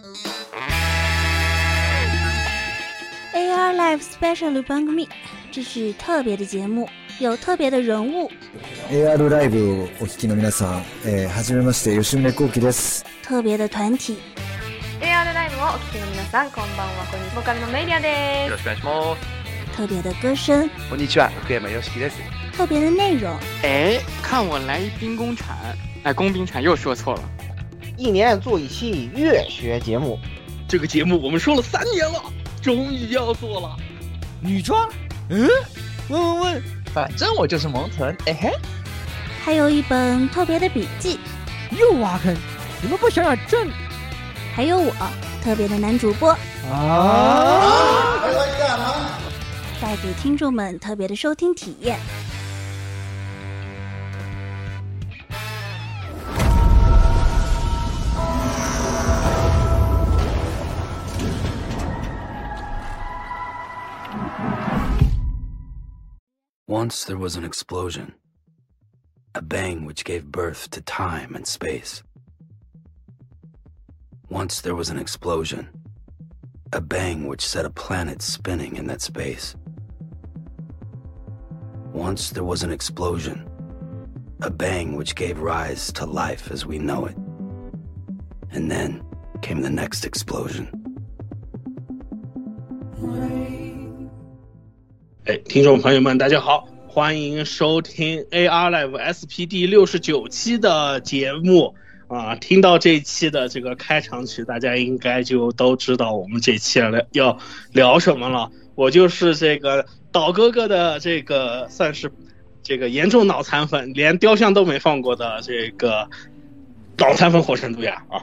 AR Live Special 番組，这是特别的节目，有特别的人物。 AR ライブをお聞きの皆さん、はじめまして吉宗幸喜です。 特別的團体。 AR ライブをお聞きの皆さん、こんばんは。こんにちは。ボーカルのメイリアです。 よろしくお願いします。 特別的歌声。 こんにちは、福山よしきです。 特別的内容。 看我来一兵工铲，工兵铲又说错了。 一年做一期乐学节目， 这个节目我们说了3年了，终于要做了。 女装？问， 反正我就是萌豚， 还有一本特别的笔记。 又挖坑，你们不想想正？ 还有我，特别的男主播带给听众们特别的收听体验。 Once there was an explosion, a bang which gave birth to time and space. Once there was an explosion, a bang which set a planet spinning in that space. Once there was an explosion, a bang which gave rise to life as we know it. And then came the next explosion. 听众朋友们大家好，欢迎收听 AR Live SP 第69期的节目啊！听到这一期的这个开场曲，大家应该就都知道我们这期要聊什么了。我就是这个岛哥哥的这个算是这个严重脑残粉，连雕像都没放过的这个脑残粉火神杜亚啊！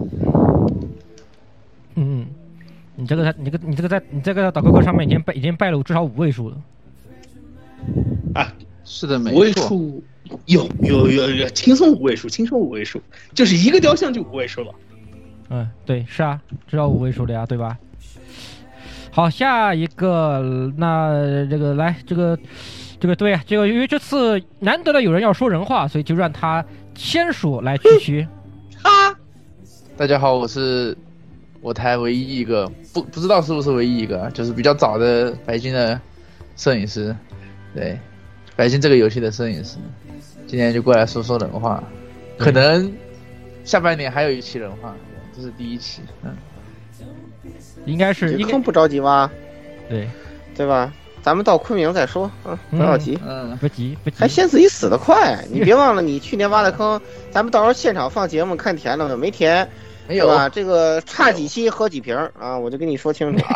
你这个岛哥哥上面已经败了至少5位数了。 啊， 是的，没错。5位数有，轻松5位数，轻松5位数，就是一个雕像就5位数了。 对，是啊，至少5位数的呀，对吧？好，下一个，那这个来，这个对啊，这个因为这次难得的有人要说人话，所以就让他先说来区。 大家好，我是我台唯一一个不知道是不是唯一一个，就是比较早的白金的摄影师，对，白金这个游戏的摄影师，今天就过来说说人话，可能下半年还有一期人话，这是第1期， 应该是坑不着急挖，对吧？咱们到昆明再说，不要急， 不急， 还嫌自己死得快，你别忘了你去年挖的坑，咱们到时候现场放节目看填了没？没填。没有吧？这个差几期喝几瓶啊？我就跟你说清楚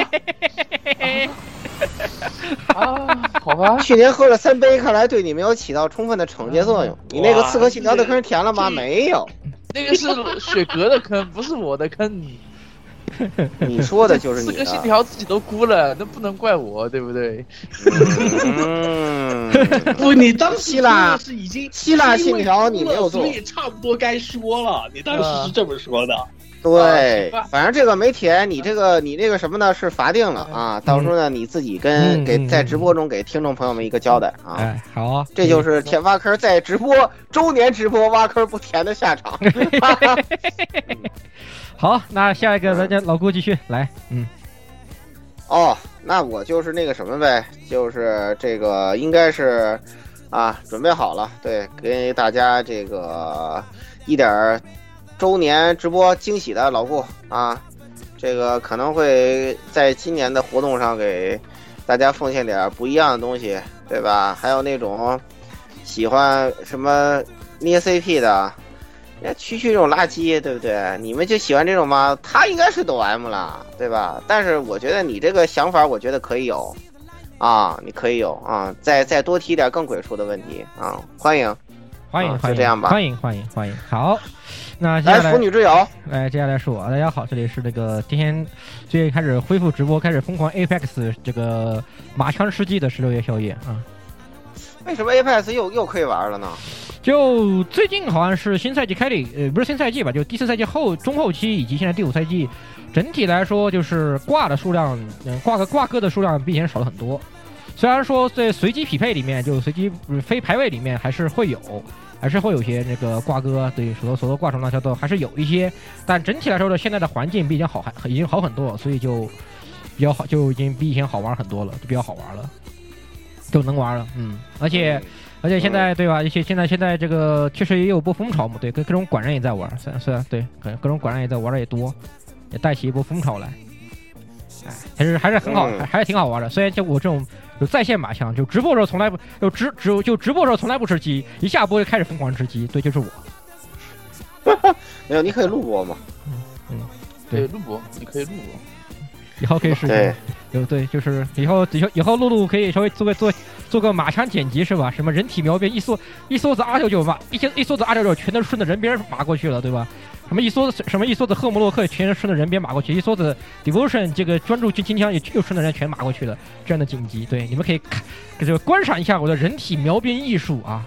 好吧。 去年喝了3杯，看来对你没有起到充分的惩戒作用。你那个刺客信条的坑填了吗？没有， 那个是雪格的坑，不是我的坑。 你说的就是你的。 刺客信条自己都估了，那不能怪我，对不对？ 不，你当时是已经希腊信条你没有做， 所以差不多该说了。你当时是这么说的。 对，反正这个没填，你那个什么呢是罚定了啊！到时候呢你自己给在直播中给听众朋友们一个交代啊！ 好啊， 这就是填挖坑在直播周年直播挖坑不填的下场。 好，那下一个咱家老顾继续来， 那我就是那个什么呗，就是这个应该是准备好了，对，给大家这个一点周年直播惊喜的老顾啊，这个可能会在今年的活动上给大家奉献点不一样的东西，对吧？还有那种喜欢什么捏 CP 的。区这种垃圾，对不对？你们就喜欢这种吗？他应该是抖 M 了，对吧？但是我觉得你这个想法，我觉得可以有，你可以有啊，再多提点更鬼畜的问题啊，欢迎，就这样吧， 欢迎。好，那接下来腐女之友， 接下来是我，大家好，这里是这个今天最近开始恢复直播，开始疯狂 Apex 这个马枪吃鸡的16月宵夜啊。 为什么 Apex 又可以玩了呢？ 就最近好像是新赛季开立，不是新赛季吧，就第4赛季中后期以及现在第5赛季，整体来说就是挂的数量，挂歌的数量比以前少了很多。虽然说在随机匹配里面，就随机非排位里面还是会有， 还是会有些那个挂歌，对手头挂什么乱七八糟还是有一些，但整体来说呢，现在的环境比以前好，已经好很多，所以就比较好，就已经比以前好玩很多了，就比较好玩了，就能玩了，而且现在对吧？而且现在这个确实也有波风潮嘛，对，各种管人也在玩，虽然对，各种管人也在玩的也多，也带起一波风潮来。还是很好，还是挺好玩的。虽然就我这种有在线马枪，就直播的时候从来不就直播的时候从来不吃鸡，一下播就开始疯狂吃鸡。对，就是我。 没有，你可以录播嘛？ 对，录播，你可以录播。 以后可以试试。对，就是以后露露可以稍微做个马枪剪辑是吧？什么人体描边一梭子R99马，一梭子R99全都顺着人边马过去了，对吧？什么一梭子赫姆洛克全是顺着人边马过去，一梭子 Devotion 这个专注军枪也又顺着人全马过去了，这样的紧急，对，你们可以看，这个观赏一下我的人体描边艺术啊，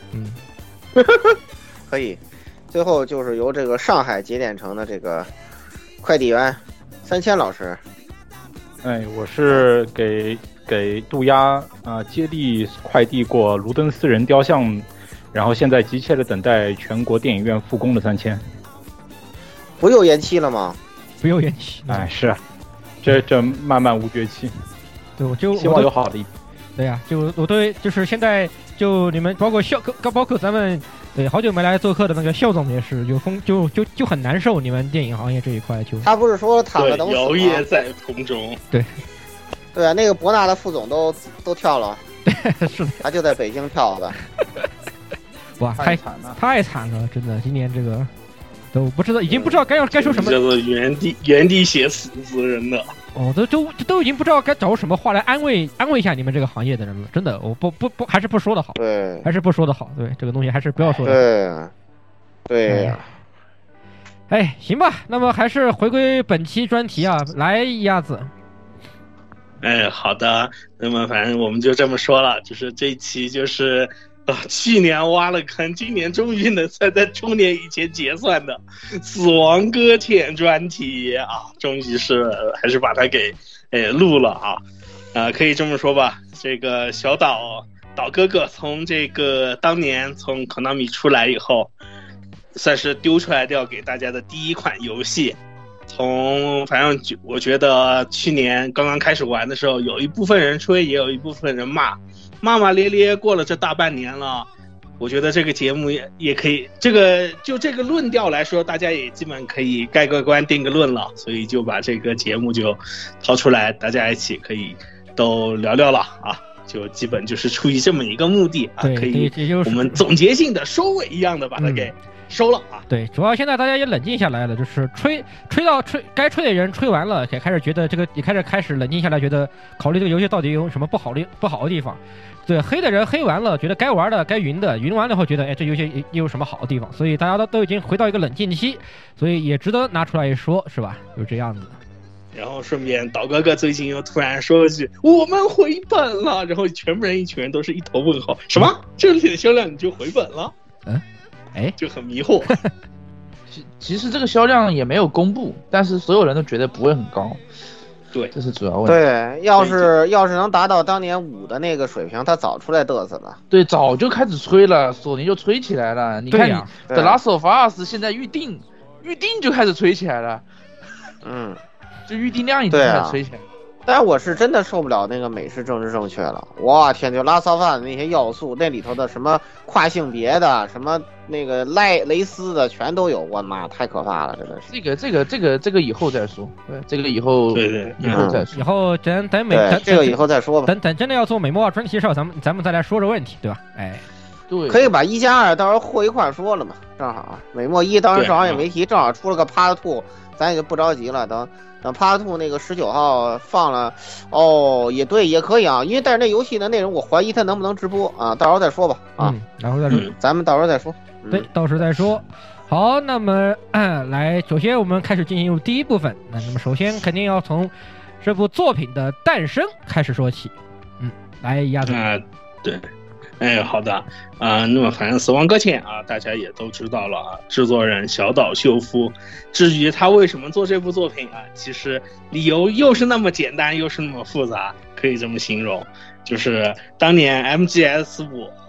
可以。最后就是由这个上海节点城的这个快递员3000老师， 我是给渡鸦接力快递过卢登斯人雕像，然后现在急切的等待全国电影院复工的3000。 不又延期了吗？ 不又延期？ 是，这漫漫无绝期。 对，我就希望有好的一。 对呀，就我对，就是现在就你们包括咱们对好久没来做客的那个肖总也是就很难受，你们电影行业这一块就。 他不是说躺着等死吗？ 摇曳在空中。 对啊，那个博纳的副总都跳了。 是的， 他就在北京跳的。 哇，太惨了，真的，今年这个。都不知道，已经不知道该说什么， 叫做原地写死人的。 都已经不知道该找什么话来安慰一下你们这个行业的人了。真的，我不还是不说的好。 对， 还是不说的好。对，这个东西还是不要说的。 对。 行吧，那么还是回归本期专题啊，来鸭子。 好的，那么反正我们就这么说了，就是这一期就是。去年挖了坑，今年终于能在中年以前结算的死亡搁浅专题啊，终于是还是把它给录了啊，可以这么说吧，这个小岛哥哥从这个当年从 Konami 出来以后，算是丢出来掉给大家的第一款游戏。反正我觉得去年刚刚开始玩的时候，有一部分人吹，也有一部分人骂咧咧。过了这大半年了，我觉得这个节目也可以，这个论调来说，大家也基本可以盖个棺定个论了，所以就把这个节目就掏出来，大家一起可以都聊聊了啊。就基本就是出于这么一个目的啊，可以我们总结性的收尾一样的把它给收了啊。 对，主要现在大家也冷静下来了，就是吹该吹的人吹完了，也开始觉得这个也开始冷静下来，觉得考虑这个游戏到底有什么不好的地方。对，黑的人黑完了，觉得该玩的该云完了后觉得这游戏也有什么好的地方，所以大家都已经回到一个冷静期，所以也值得拿出来一说，是吧？就是这样子的。 然后顺便岛哥哥最近又突然说一句我们回本了，然后一群人都是一头问号，什么这里的销量你就回本了？就很迷惑。 其实这个销量也没有公布，但是所有人都觉得不会很高。 对， 这是主要问题。 对，要是能达到当年5的那个水平，他早出来嘚瑟了。 对，早就开始吹了，索尼就吹起来了。你看你 The Last of Us 现在预定就开始吹起来了。就预定量已经开始吹起来。 但是我是真的受不了那个美式政治正确了，哇天，就拉萨饭的那些要素，那里头的什么跨性别的，什么那个蕾丝的，全都有，我妈太可怕了，真的是。 这个以后再说，对，这个以后以后再说， 以后等这个以后再说吧， 等真的要做美墨专题的时候，咱们再来说这问题，对吧？ 对，可以把1+2到时候和一块说了嘛，正好美墨1当时正好也没提，正好出了个 Part 2，咱也就不着急了，等 Part 2那个19号放了，也对，也可以啊，因为但是那游戏的内容我怀疑它能不能直播啊，到时候再说吧啊， 到时候再说， 咱们到时候再说， 对，到时候再说。好，那么来，首先我们开始进入第一部分，那么首先肯定要从这部作品的诞生开始说起，来鸭子对。好的那么反正死亡搁浅啊，大家也都知道了啊，制作人小岛秀夫。至于他为什么做这部作品啊，其实理由又是那么简单，又是那么复杂，可以这么形容，就是当年 MGS5 啊，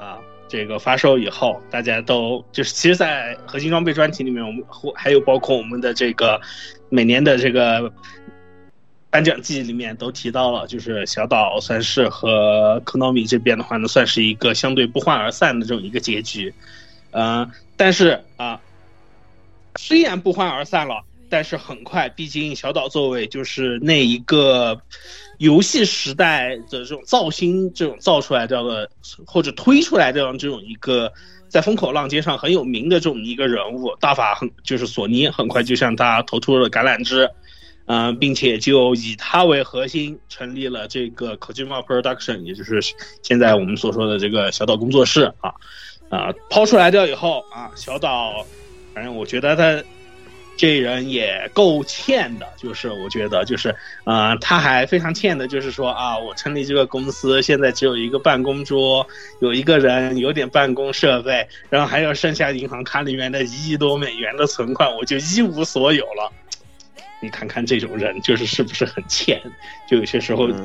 这个发售以后，大家都就是其实，在核心装备专题里面，我们还有包括我们的这个每年的这个颁奖季里面都提到了，就是小岛算是和 Konami 这边的话呢，算是一个相对不欢而散的这种一个结局。但是虽然不欢而散了，但是很快，毕竟小岛作为就是那一个游戏时代的这种造星，这种造出来的或者推出来的这种一个在风口浪尖上很有名的这种一个人物，大法就是索尼很快就向他投出了橄榄枝，并且就以他为核心成立了这个 Kojima Production， 也就是现在我们所说的这个小岛工作室抛出来掉以后小岛，反正我觉得他这人也够欠的，就是我觉得就是他还非常欠的，就是说我成立这个公司，现在只有一个办公桌，有一个人，有点办公设备，然后还有剩下银行卡里面的1亿多美元的存款，我就一无所有了。你看看这种人，是不是很欠？就有些时候，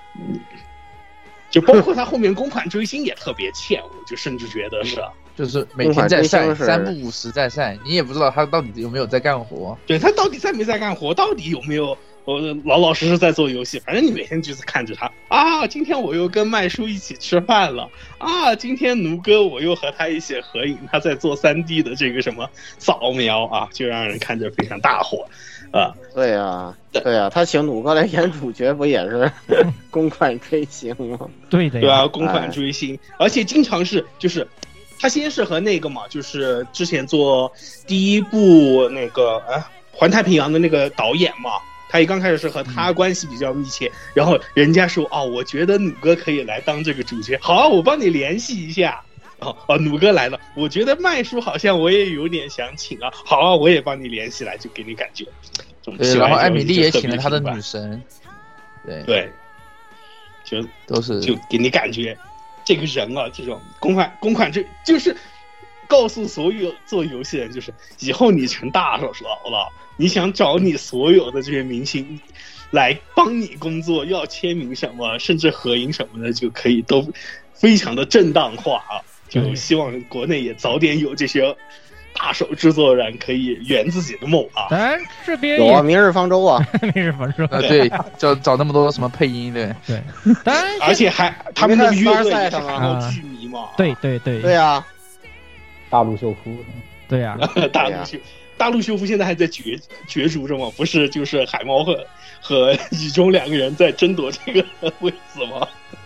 就包括他后面公款追星也特别欠，我就甚至觉得是。 就是每天在晒，3不5时在晒，你也不知道他到底有没有在干活。 对，他到底在没在干活，到底有没有老老实实在做游戏。反正你每天就是看着他今天我又跟麦叔一起吃饭了今天奴哥我又和他一起合影，他在做3D 的这个什么扫描就让人看着非常大火对呀，他请努哥来演主角不也是公款追星吗？ 对的， 对啊，公款追星，而且经常是就是他先是和那个嘛，就是之前做第一部那个环太平洋的那个导演嘛，他一刚开始是和他关系比较密切，然后人家说我觉得努哥可以来当这个主角，好我帮你联系一下。努哥来了，我觉得麦叔好像我也有点想请好我也帮你联系来，就给你感觉。 对，然后艾米丽也请了他的女神， 对，就给你感觉这个人这种公款就是告诉所有做游戏人，就是以后你成大佬了，你想找你所有的这些明星来帮你工作，要签名什么，甚至合影什么的，就可以都非常的正当化就希望国内也早点有这些大手制作人可以圆自己的梦当然这边有明日方舟明日方舟对，找那么多什么配音对， 当然而且还他们的乐队也是韩国剧迷嘛， 对啊， 大陆秀夫， 对呀， 大陆秀夫现在还在角逐着吗？不是，就是海猫和雨中2个人在争夺这个位置吗？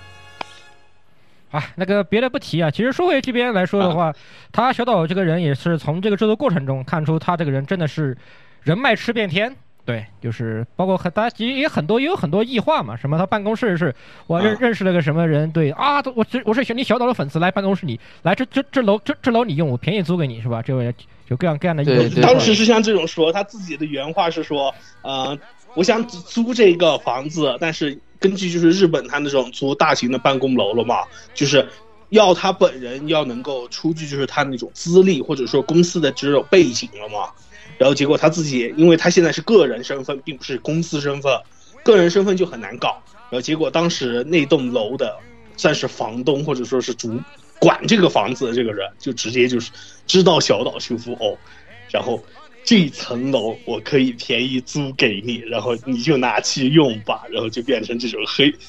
那个别的不提其实说回这边来说的话，他小岛这个人也是从这个制作过程中看出他这个人真的是人脉吃遍天。对，就是包括大家也有很多异话嘛，什么他办公室是我认识了个什么人，对我是你小岛的粉丝，来办公室里来这楼你用，我便宜租给你是吧？就各样各样的对，当时是像这种说，他自己的原话是说我想租这个房子，但是根据就是日本他那种租大型的办公楼了嘛，就是要他本人要能够出具就是他那种资历或者说公司的这种背景了嘛，然后结果他自己因为他现在是个人身份并不是公司身份，个人身份就很难搞，然后结果当时那栋楼的算是房东或者说是主管这个房子的这个人就直接就是知道小岛秀夫然后这层楼我可以便宜租给你，然后你就拿去用吧，然后就变成这种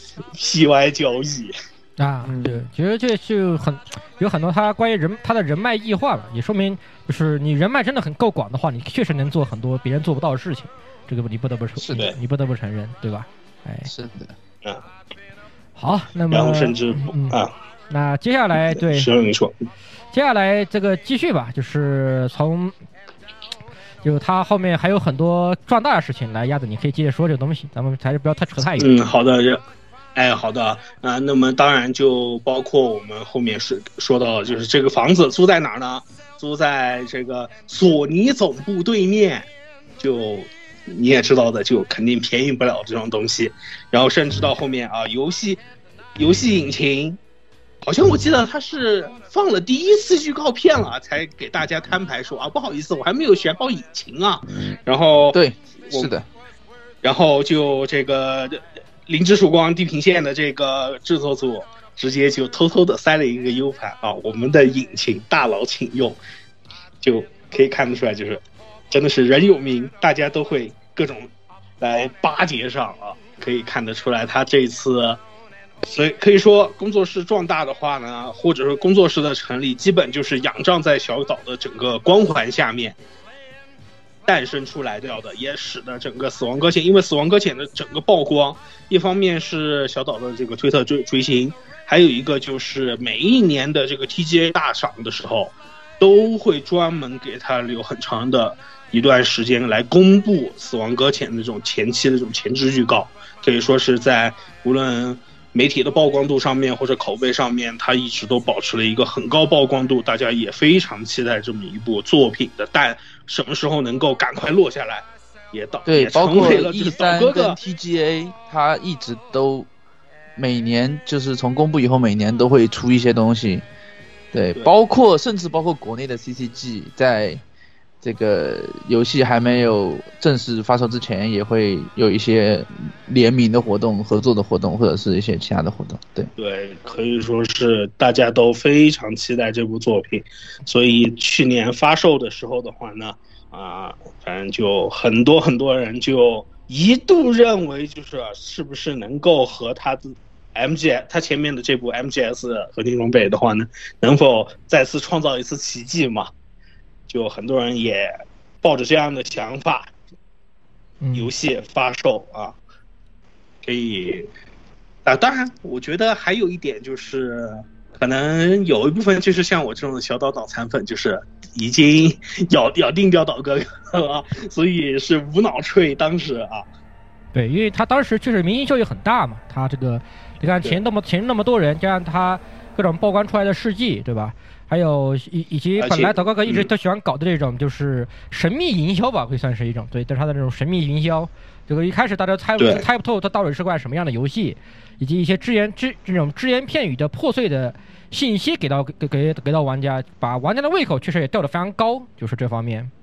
PY 交易对，其实这就有很多他关于他的人脉异化了，也说明就是你人脉真的很够广的话，你确实能做很多别人做不到的事情，这个你不得不说，你不得不承认，对吧？ 是的， 好，那么然后甚至那接下来对， 是你说， 接下来这个继续吧，就是就他后面还有很多壮大的事情，来鸭子你可以接着说这个东西，咱们还是不要太扯太远。 好的，好的那么当然就包括我们后面是说到就是这个房子租在哪儿呢？租在这个索尼总部对面，就你也知道的，就肯定便宜不了这种东西。然后甚至到后面游戏引擎。好像我记得他是放了第一次预告片了，才给大家摊牌说不好意思，我还没有选好引擎然后对，是的， 然后就这个零之曙光地平线的这个制作组直接就偷偷的塞了一个 U 盘啊，我们的引擎大佬请用，就可以看得出来，就是真的是人有名，大家都会各种来巴结上啊，可以看得出来他这次。所以可以说，工作室壮大的话呢，或者说工作室的成立，基本就是仰仗在小岛的整个光环下面诞生出来掉的，也使得整个死亡搁浅，因为死亡搁浅的整个曝光，一方面是小岛的这个推特追星，还有一个就是每一年的这个 TGA 大赏的时候，都会专门给他留很长的一段时间来公布死亡搁浅的这种前期的这种前置预告，可以说是在无论媒体的曝光度上面或者口碑上面，它一直都保持了一个很高曝光度，大家也非常期待这么一部作品的，但什么时候能够赶快落下来， 对，包括 E3 跟 TGA， 它一直都每年就是从公布以后，每年都会出一些东西，对，甚至包括国内的 CCG 在这个游戏还没有正式发售之前，也会有一些联名的活动、合作的活动，或者是一些其他的活动。 对，可以说是大家都非常期待这部作品，所以去年发售的时候的话呢，反正就很多人就一度认为，就是是不是能够和他的他前面的这部 MGS 合金装备的话呢，能否再次创造一次奇迹嘛？就很多人也抱着这样的想法，游戏发售啊，可以当然，我觉得还有一点就是，可能有一部分就是像我这种小岛脑残粉，就是已经咬定掉岛哥哥了，所以是无脑吹当时啊。 对，因为他当时确实明星效益很大嘛，他这个你看前那么多人，加上他各种曝光出来的事迹，对吧？还有以及本来岛哥哥一直都喜欢搞的这种就是神秘营销吧，会算是一种对，但是他的这种神秘营销，这个一开始大家猜不透它到底是块什么样的游戏，以及一些这种只言片语的破碎的信息给到玩家，把玩家的胃口确实也吊得非常高，就是这方面。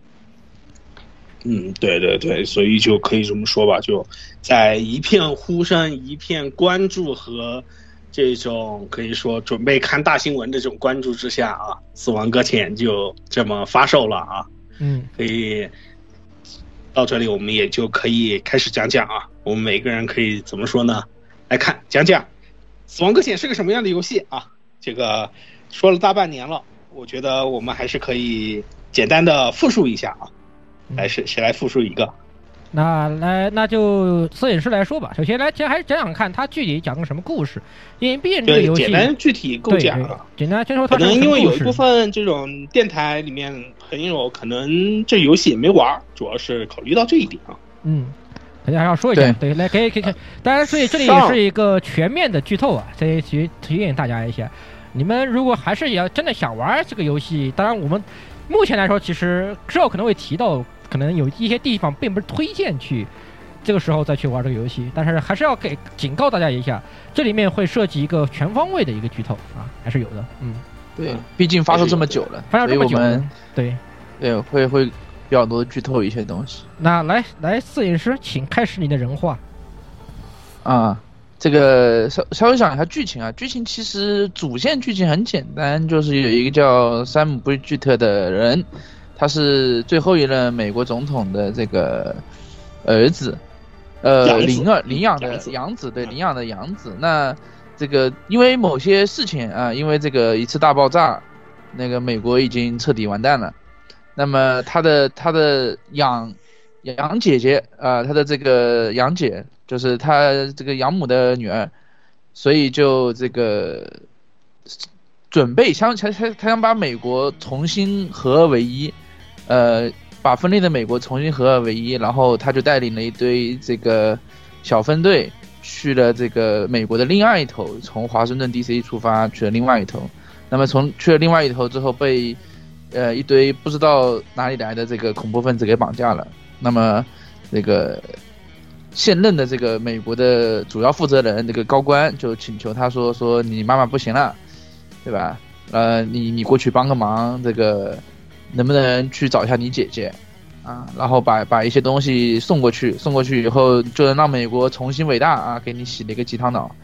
对，所以就可以这么说吧，就在一片呼声、一片关注和这种可以说准备看大新闻的这种关注之下啊，死亡搁浅就这么发售了啊。可以到这里我们也就可以开始讲讲啊，我们每个人可以怎么说呢？来讲讲死亡搁浅是个什么样的游戏啊？这个说了大半年了，我觉得我们还是可以简单的复述一下啊。谁来复述一个？ 那就摄影师来说吧。首先还是讲讲看他具体讲个什么故事，因为毕竟这个游戏简单具体构架啊。 简单先说它可能因为有一部分这种电台里面朋友可能这游戏也没玩，主要是考虑到这一点啊。 大家还要说一下，对，来可以，当然，所以这里也是一个全面的剧透啊，再提醒大家一下，你们如果还是要真的想玩这个游戏，当然我们目前来说，其实之后可能会提到。可能有一些地方并不是推荐去这个时候再去玩这个游戏，但是还是要警告大家一下，这里面会涉及一个全方位的一个剧透啊，还是有的。 对，毕竟发售这么久了， 发售这么久了，对， 会比较多剧透一些东西。 那来，摄影师，请开始你的人话。 这个稍微讲一下剧情啊，剧情其实主线剧情很简单，就是有一个叫山姆·布里吉特的人。他是最后一任美国总统的这个儿子，领养的养子，对，领养的养子。那这个因为某些事情啊，因为这个一次大爆炸，那个美国已经彻底完蛋了。那么他的养姐姐啊，他的这个养姐就是他这个养母的女儿，所以就这个准备他想把美国重新合二为一。把分裂的美国重新合二为一，然后他就带领了一堆这个小分队去了这个美国的另外一头，从华盛顿 DC 出发去了另外一头。那么去了另外一头之后，被一堆不知道哪里来的这个恐怖分子给绑架了。那么这个现任的这个美国的主要负责人这个高官就请求他说你妈妈不行了，对吧？你过去帮个忙，这个。能不能去找一下你姐姐啊？然后把一些东西送过去以后，就能让美国重新伟大啊！给你洗了一个鸡汤脑。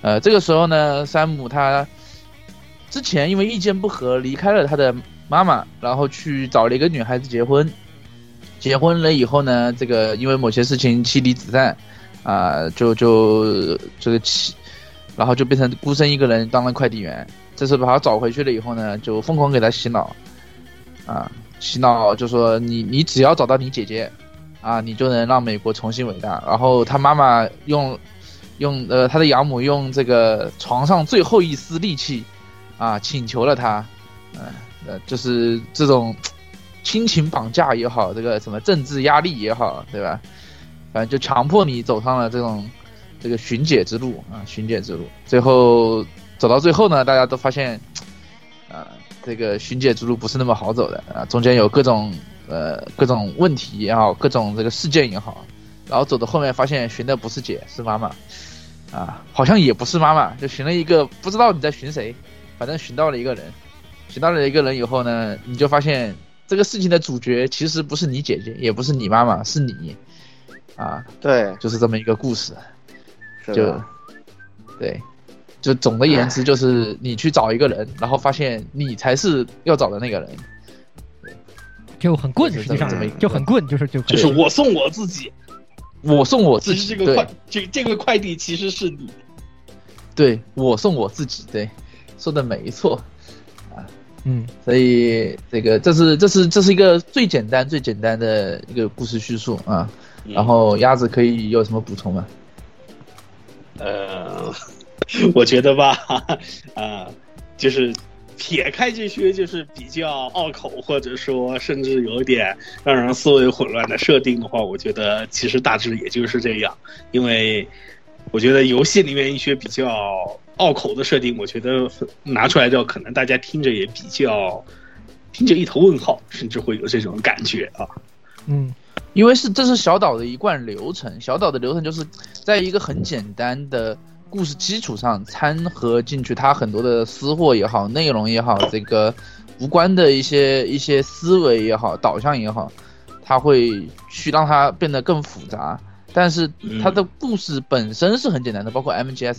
这个时候呢，山姆他之前因为意见不合离开了他的妈妈，然后去找了一个女孩子结婚。结婚了以后呢，这个因为某些事情妻离子散，就这个然后就变成孤身一个人当了快递员。这次把他找回去了以后呢，就疯狂给他洗脑，洗脑就说你只要找到你姐姐，你就能让美国重新伟大。然后他妈妈用他的养母用这个床上最后一丝力气，请求了他，就是这种亲情绑架也好，这个什么政治压力也好，对吧？反正就强迫你走上了这个寻解之路寻解之路。最后走到最后呢，大家都发现，这个寻解之路不是那么好走的中间有各种问题也好，各种这个事件也好，然后走到后面发现寻的不是姐，是妈妈，好像也不是妈妈，就寻了一个不知道你在寻谁，反正寻到了一个人。寻到了一个人以后呢，你就发现这个事情的主角其实不是你姐姐，也不是你妈妈，是你， 对， 就是这么一个故事，对，就总的言之就是你去找一个人，然后发现你才是要找的那个人， 就很棍，实际上就很棍，就是我送我自己， 我送我自己， 这个快递其实是你， 对，我送我自己，对，说的没错。所以这是一个最简单的一个故事叙述然后鸭子可以有什么补充吗？ 我觉得吧，就是撇开这些就是比较拗口或者说甚至有点让人思维混乱的设定的话，我觉得其实大致也就是这样。因为我觉得游戏里面一些比较拗口的设定，我觉得拿出来之后可能大家听着也比较听着一头问号，甚至会有这种感觉因为这是小岛的一贯流程，小岛的流程就是在一个很简单的故事基础上掺和进去它很多的私货也好，内容也好，这个无关的一些思维也好，导向也好，它会去让它变得更复杂。但是它的故事本身是很简单的，包括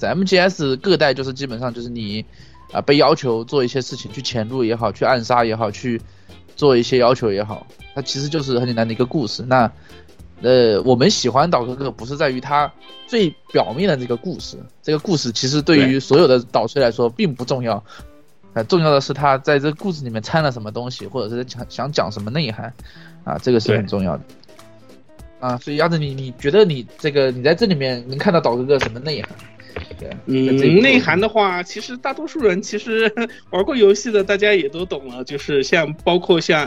MGS 各代就是基本上就是你被要求做一些事情，去潜入也好，去暗杀也好，去做一些要求也好，它其实就是很简单的一个故事。那我们喜欢岛哥哥不是在于它最表面的这个故事，这个故事其实对于所有的岛吹来说并不重要，重要的是他在这个故事里面掺了什么东西，或者是想讲什么内涵这个是很重要的。所以鸭子你觉得你在这里面能看到岛哥哥什么内涵？ 内涵的话，其实大多数人其实玩过游戏的，大家也都懂了，就是包括像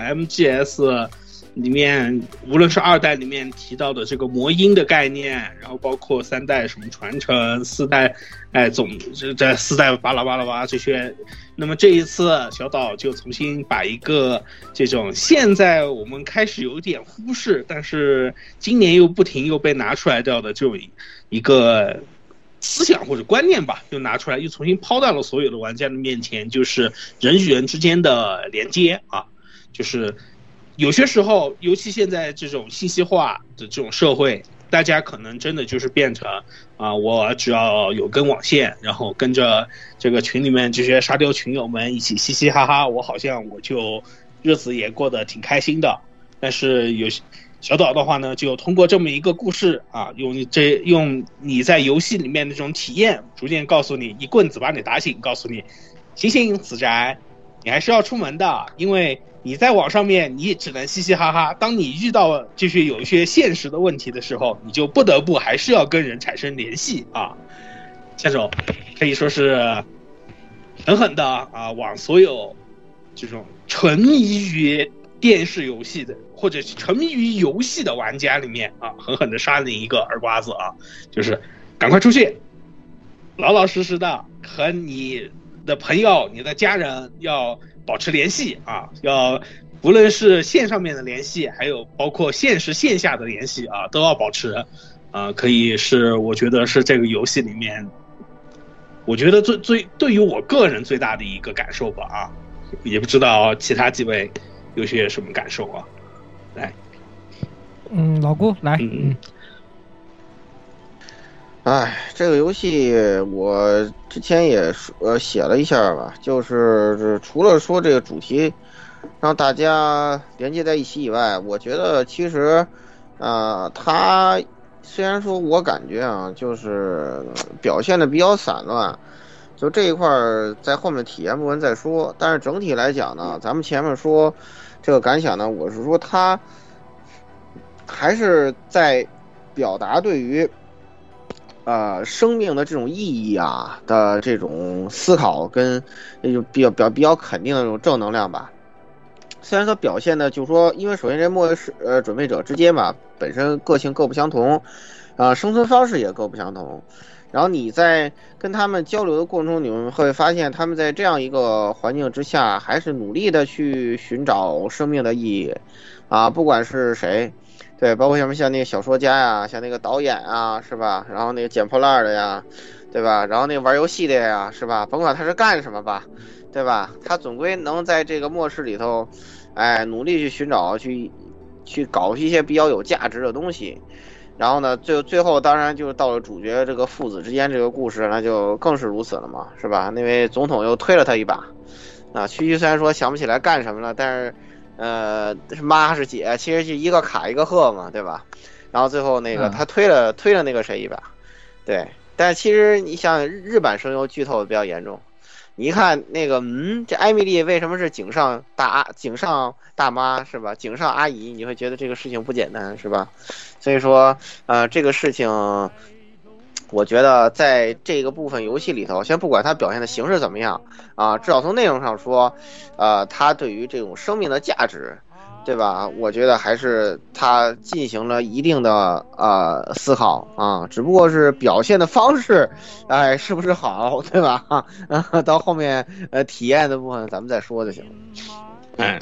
MGS 里面，无论是2代里面提到的这个魔音的概念，然后包括3代什么传承，4代在4代巴拉巴拉巴这些。那么这一次小岛就重新把一个这种现在我们开始有点忽视，但是今年又不停又被拿出来掉的这种一个思想或者观念吧，又拿出来又重新抛到了所有的玩家的面前，就是人与人之间的连接就是有些时候尤其现在这种信息化的这种社会，大家可能真的就是变成我只要有根网线，然后跟着这个群里面这些沙雕群友们一起嘻嘻哈哈，我就日子也过得挺开心的。但是有小岛的话呢，就通过这么一个故事用你在游戏里面那种体验，逐渐告诉你，一棍子把你打醒，告诉你醒醒死宅，你还是要出门的，因为你在网上面你只能嘻嘻哈哈，当你遇到就是有一些现实的问题的时候，你就不得不还是要跟人产生联系这种可以说是狠狠的往所有这种沉迷于电视游戏的或者沉迷于游戏的玩家里面狠狠的扇了一个耳刮子就是赶快出去，老老实实的和你的朋友你的家人要保持联系要无论是线上面的联系，还有包括线下的联系都要保持可以是我觉得是这个游戏里面我觉得最对于我个人最大的一个感受吧也不知道其他几位有些什么感受来老顾来这个游戏我之前也写了一下吧，就是除了说这个主题让大家连接在一起以外，我觉得其实它虽然说我感觉啊，就是表现的比较散乱，就这一块在后面体验部分再说，但是整体来讲呢，咱们前面说这个感想呢，我是说它还是在表达对于生命的这种意义啊的这种思考跟比较肯定的这种正能量吧。虽然说表现的就是说，因为首先这末日准备者之间吧，本身个性各不相同，生存方式也各不相同。然后你在跟他们交流的过程中，你们会发现他们在这样一个环境之下，还是努力的去寻找生命的意义啊，不管是谁。对，包括像那个小说家呀，像那个导演啊，是吧？然后那个捡破烂的呀，对吧？然后那个玩游戏的呀，是吧？甭管他是干什么吧，对吧？他总归能在这个末世里头，努力去寻找，去搞一些比较有价值的东西。然后呢，最后当然就到了主角这个父子之间这个故事，那就更是如此了嘛，是吧？那位总统又推了他一把，区虽然说想不起来干什么了，但是。是妈是姐，其实是一个卡一个贺嘛，对吧？然后最后那个他推了那个谁一把，对。但是其实你像日版声优剧透的比较严重，你一看那个这艾米丽为什么是井上大妈是吧？井上阿姨，你会觉得这个事情不简单是吧？所以说这个事情。我觉得在这个部分游戏里头，先不管它表现的形式怎么样啊，至少从内容上说，它对于这种生命的价值，对吧？我觉得还是它进行了一定的思考啊，只不过是表现的方式，是不是好，对吧？到后面体验的部分咱们再说就行了。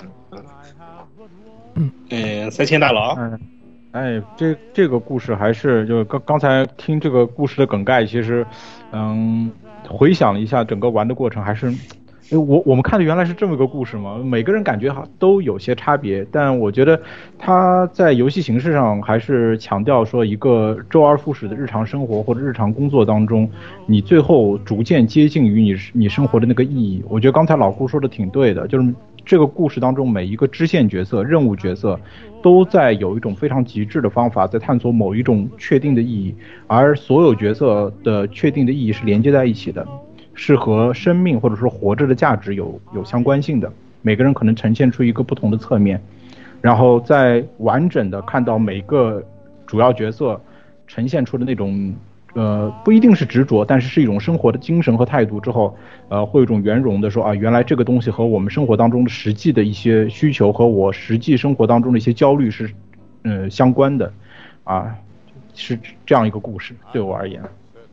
三千大佬。 这个故事还是就刚才听这个故事的梗概，其实，回想了一下整个玩的过程，还是，我们看的原来是这么一个故事嘛，每个人感觉都有些差别，但我觉得他在游戏形式上还是强调说一个周而复始的日常生活或者日常工作当中，你最后逐渐接近于你生活的那个意义。我觉得刚才老顾说的挺对的，就是这个故事当中每一个支线角色、任务角色。都在有一种非常极致的方法在探索某一种确定的意义，而所有角色的确定的意义是连接在一起的，是和生命或者说活着的价值有相关性的。每个人可能呈现出一个不同的侧面，然后在完整的看到每个主要角色呈现出的那种不一定是执着，但是一种生活的精神和态度之后，会有一种圆融的说原来这个东西和我们生活当中的实际的一些需求和我实际生活当中的一些焦虑是相关的，是这样一个故事对我而言。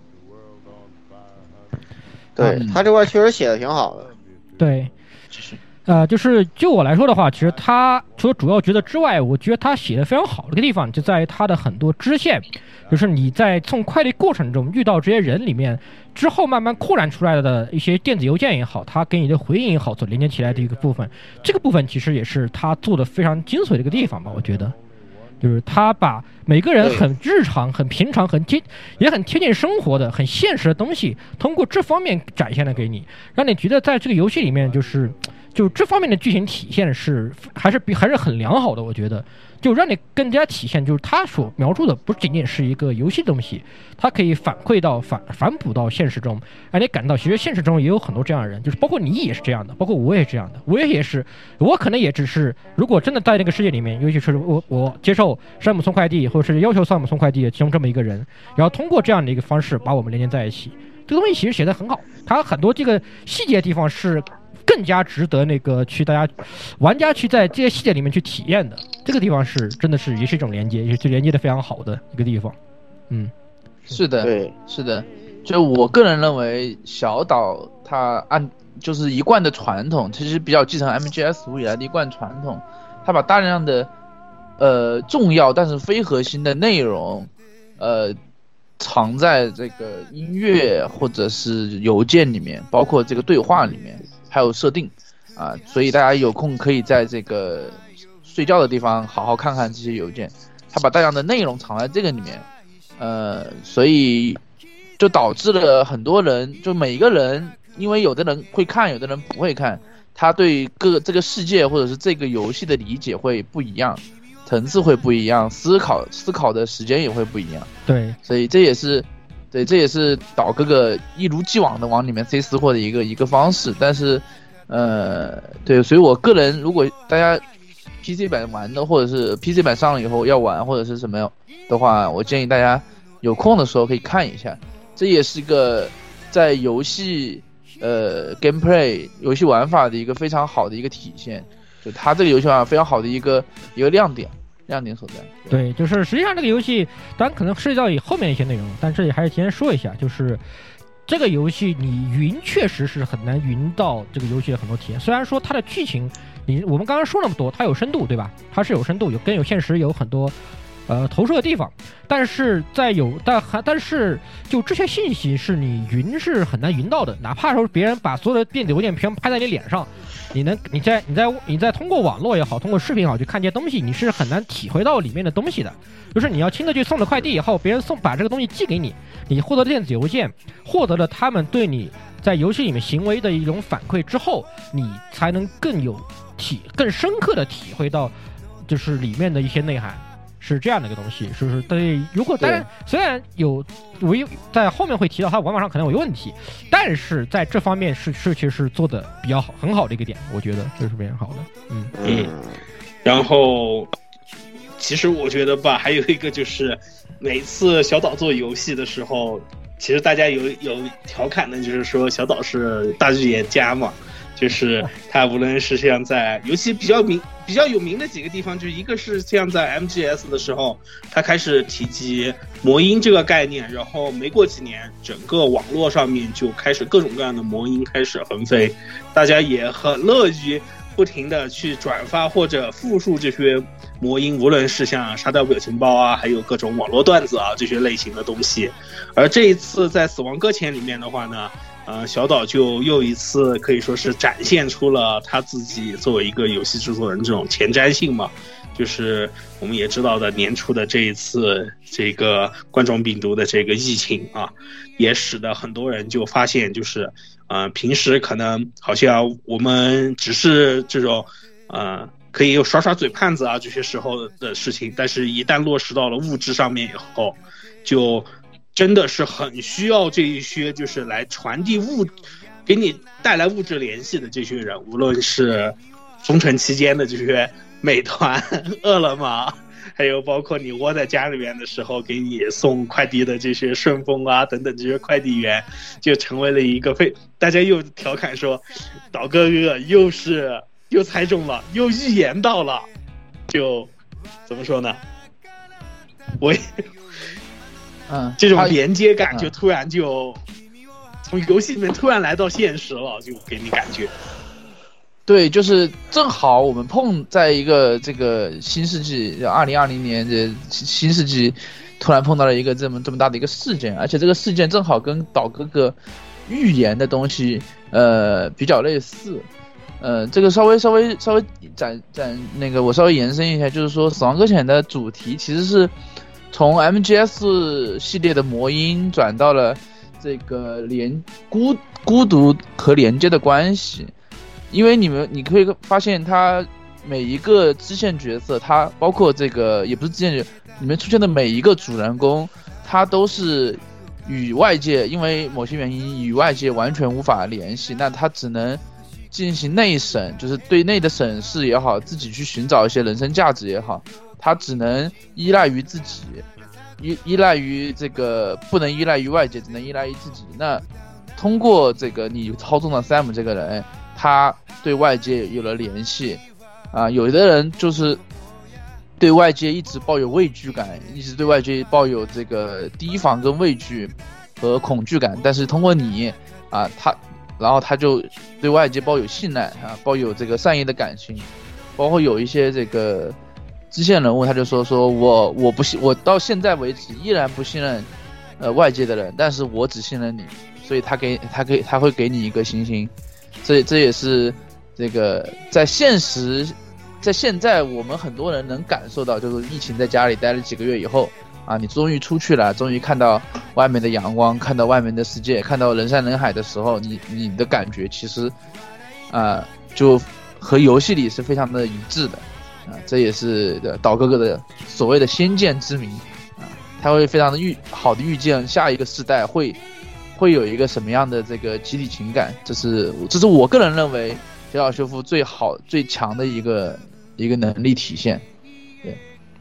对，他这块确实写的挺好的。 对，就是就我来说的话，其实他除了主要角色之外，我觉得他写的非常好的一个地方就在于他的很多支线，就是你在送快递过程中遇到这些人里面，之后慢慢扩展出来的一些电子邮件也好，他给你的回应也好，所连接起来的一个部分，这个部分其实也是他做的非常精髓的一个地方吧，我觉得。就是他把每个人很日常、很平常、也很贴近生活的、很现实的东西，通过这方面展现了给你，让你觉得在这个游戏里面，就这方面的剧情体现还是很良好的，我觉得。就让你更加体现，就是他所描述的不仅仅是一个游戏东西，它可以反馈到反哺到现实中，让你感到其实现实中也有很多这样的人，就是包括你也是这样的，包括我也是这样的，我可能也只是，如果真的在那个世界里面，尤其是我接受山姆送快递，或者是要求山姆送快递的其中这么一个人，然后通过这样的一个方式把我们连接在一起，这个东西其实写得很好，它很多这个细节的地方是更加值得那个玩家去在这些细节里面去体验的。这个地方是真的是也是一种连接，也是连接的非常好的一个地方。 是的，对，是的。就我个人认为，小岛它就是一贯的传统，其实比较继承 MGS5 以来的一贯传统，它把大量的重要但是非核心的内容藏在这个音乐或者是邮件里面，包括这个对话里面，还有设定所以大家有空可以在这个睡觉的地方好好看看这些邮件，他把大量的内容藏在这个里面，所以就导致了很多人，就每一个人，因为有的人会看，有的人不会看，他对这个世界或者是这个游戏的理解会不一样，层次会不一样，思考的时间也会不一样。 对， 所以这也是岛哥哥一如既往的往里面塞私货的一个方式。但是，对，所以我个人如果大家 PC 版玩的，或者是 PC 版上了以后要玩或者是什么的话，我建议大家有空的时候可以看一下。这也是一个在游戏gameplay 游戏玩法的一个非常好的一个体现，就它这个游戏玩法非常好的一个亮点所在。 对，就是实际上这个游戏当然可能涉及到以后面一些内容，但这里还是提前说一下，就是这个游戏你云确实是很难云到这个游戏的很多体验。虽然说它的剧情我们刚刚说那么多，它有深度，对吧？它是有深度，有现实有很多投射的地方，但是但是就这些信息是你云是很难云到的，哪怕说别人把所有的电子邮件全拍在你脸上，你再通过网络也好，通过视频也好去看这些东西，你是很难体会到里面的东西的。就是你要亲自去送了快递以后，别人把这个东西寄给你，你获得电子邮件，获得了他们对你在游戏里面行为的一种反馈之后，你才能更深刻的体会到就是里面的一些内涵。是这样的一个东西，是不是？对，如果当然虽然在后面会提到它玩法上可能有问题，但是在这方面是其实是做的比较好，很好的一个点，我觉得这是非常好的。 然后其实我觉得吧，还有一个就是每次小岛做游戏的时候，其实大家有调侃的，就是说小岛是大预言家嘛。就是他无论是像在尤其比较有名的几个地方，就是一个是像在 MGS 的时候，他开始提及魔音这个概念，然后没过几年，整个网络上面就开始各种各样的魔音开始横飞，大家也很乐于不停的去转发或者复述这些魔音，无论是像沙雕表情包啊，还有各种网络段子啊这些类型的东西。而这一次在死亡搁浅里面的话呢，小岛就又一次可以说是展现出了他自己作为一个游戏制作人这种前瞻性嘛，就是我们也知道的年初的这一次这个冠状病毒的这个疫情啊，也使得很多人就发现就是平时可能好像我们只是这种可以耍耍嘴盘子啊这些时候的事情，但是一旦落实到了物质上面以后，就真的是很需要这一些就是来传递给你带来物质联系的这些人，无论是封城期间的这些美团、饿了么，还有包括你窝在家里面的时候给你送快递的这些顺丰啊等等这些快递员，就成为了一个大家又调侃说岛哥哥又猜中了，又预言到了，就怎么说呢？这种连接感就突然就从游戏里面突然来到现实了，就给你感觉。 对，就是正好我们碰在一个这个新世纪2020年这新世纪，突然碰到了一个这么大的一个事件，而且这个事件正好跟岛哥哥预言的东西比较类似。这个稍微展那个我稍微延伸一下，就是说死亡搁浅的主题其实是从 MGS 系列的魔音转到了这个孤独和连接的关系，因为你可以发现它每一个支线角色，它包括这个也不是支线角色，里面出现的每一个主人公，他都是与外界因为某些原因与外界完全无法联系，那他只能进行内审，就是对内的审视也好，自己去寻找一些人生价值也好，他只能依赖于自己，依赖于这个，不能依赖于外界，只能依赖于自己。那通过这个你操纵的 Sam 这个人，他对外界有了联系啊。有的人就是对外界一直抱有畏惧感，一直对外界抱有这个提防跟畏惧和恐惧感，但是通过你啊，然后他就对外界抱有信赖啊，抱有这个善意的感情，包括有一些这个支线人物，他就说我不信，我到现在为止依然不信任外界的人，但是我只信任你，所以他会给你一个星星。这也是这个在现在我们很多人能感受到，就是疫情在家里待了几个月以后啊，你终于出去了，终于看到外面的阳光，看到外面的世界，看到人山人海的时候，你的感觉其实，就和游戏里是非常的一致的，这也是岛哥哥的所谓的先见之明，他会非常的好的预见下一个世代会有一个什么样的这个集体情感，这是我个人认为小岛秀夫最好最强的一个能力体现，对，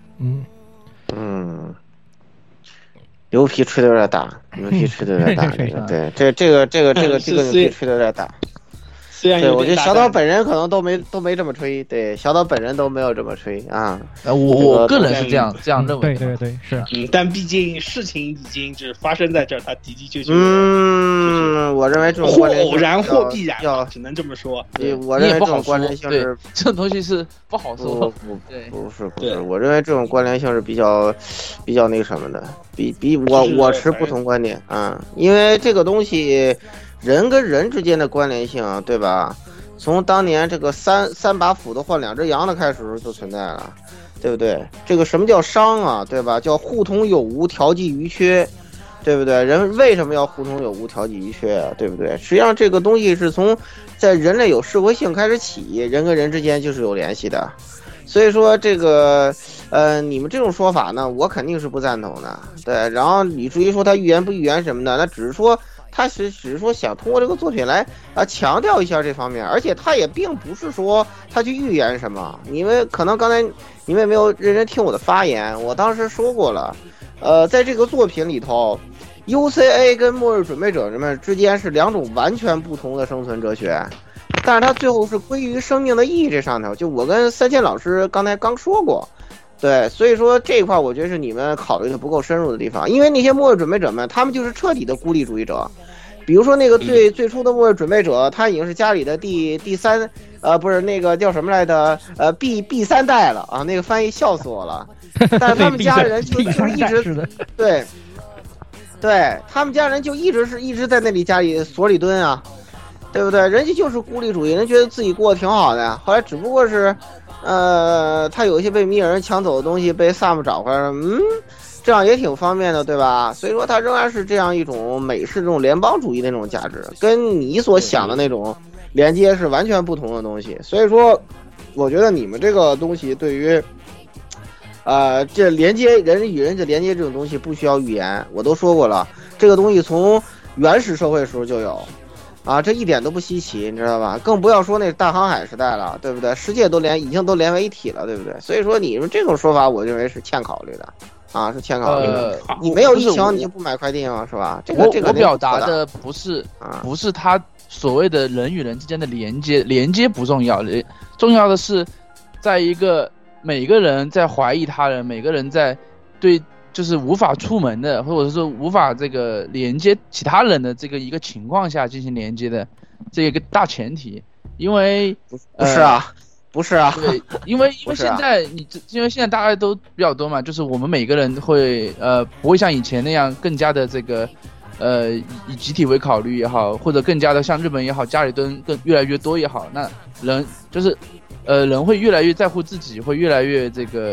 牛皮吹的有点大，牛皮吹的有点大，对，这个牛皮吹的有点大。对，我觉得小岛本人可能都没这么吹，对，小岛本人都没有这么吹啊。 我个人是这样认为的。对，是。 但毕竟事情已经是发生在这儿，他的确。 我认为这种关联性偶然或必然，只能这么说。 我认为这种关联性是这种东西是不好说。 不是，我认为这种关联性是比较那个什么的，比我持不同观点啊，因为这个东西。人跟人之间的关联性，对吧？从当年这个三把斧子换2只羊的开始就存在了，对不对？这个什么叫商啊，对吧？叫互通有无，调剂余缺，对不对？人为什么要互通有无，调剂余缺啊？对不对？实际上这个东西是从在人类有社会性开始起，人跟人之间就是有联系的。所以说这个你们这种说法呢，我肯定是不赞同的。对，然后你至于说他预言不预言什么的，那只是说。他只是说想通过这个作品来强调一下这方面，而且他也并不是说他去预言什么。你们可能刚才你们没有认真听我的发言，我当时说过了，在这个作品里头 ，UCA 跟末日准备者们之间是2种完全不同的生存哲学，但是他最后是归于生命的意义这上头。就我跟三千老师刚才刚说过。对，所以说这一块我觉得是你们考虑的不够深入的地方，因为那些末日准备者们，他们就是彻底的孤立主义者。比如说那个最初的末日准备者，他已经是家里的第3，不是那个叫什么来的，B 3代了啊，那个翻译笑死我了。但是他们家人就是一直对，他们家人就一直在那里家里所里蹲啊，对不对？人家就是孤立主义，人觉得自己过得挺好的，后来只不过是。他有一些被米尔人抢走的东西被萨姆找回来了，这样也挺方便的，对吧？所以说它仍然是这样一种美式这种联邦主义的那种价值，跟你所想的那种连接是完全不同的东西。所以说，我觉得你们这个东西对于，这连接人与人的连接这种东西不需要预言，我都说过了，这个东西从原始社会时候就有。这一点都不稀奇，你知道吧？更不要说那大航海时代了，对不对？世界已经都连为一体了，对不对？所以说你们这种说法，我认为是欠考虑的，是欠考虑的。你没有疫情，你就不买快递吗？是吧？我表达的不是他所谓的人与人之间的连接不重要，重要的是，在一个每个人在怀疑他人，每个人在对。就是无法出门的，或者说无法这个连接其他人的这个一个情况下进行连接的这个大前提，因为不是啊， 对，因为现在因为现在大家都比较多嘛，就是我们每个人会不会像以前那样更加的这个以集体为考虑也好，或者更加的像日本也好，家里蹲更越来越多也好，那人就是人会越来越在乎自己，会越来越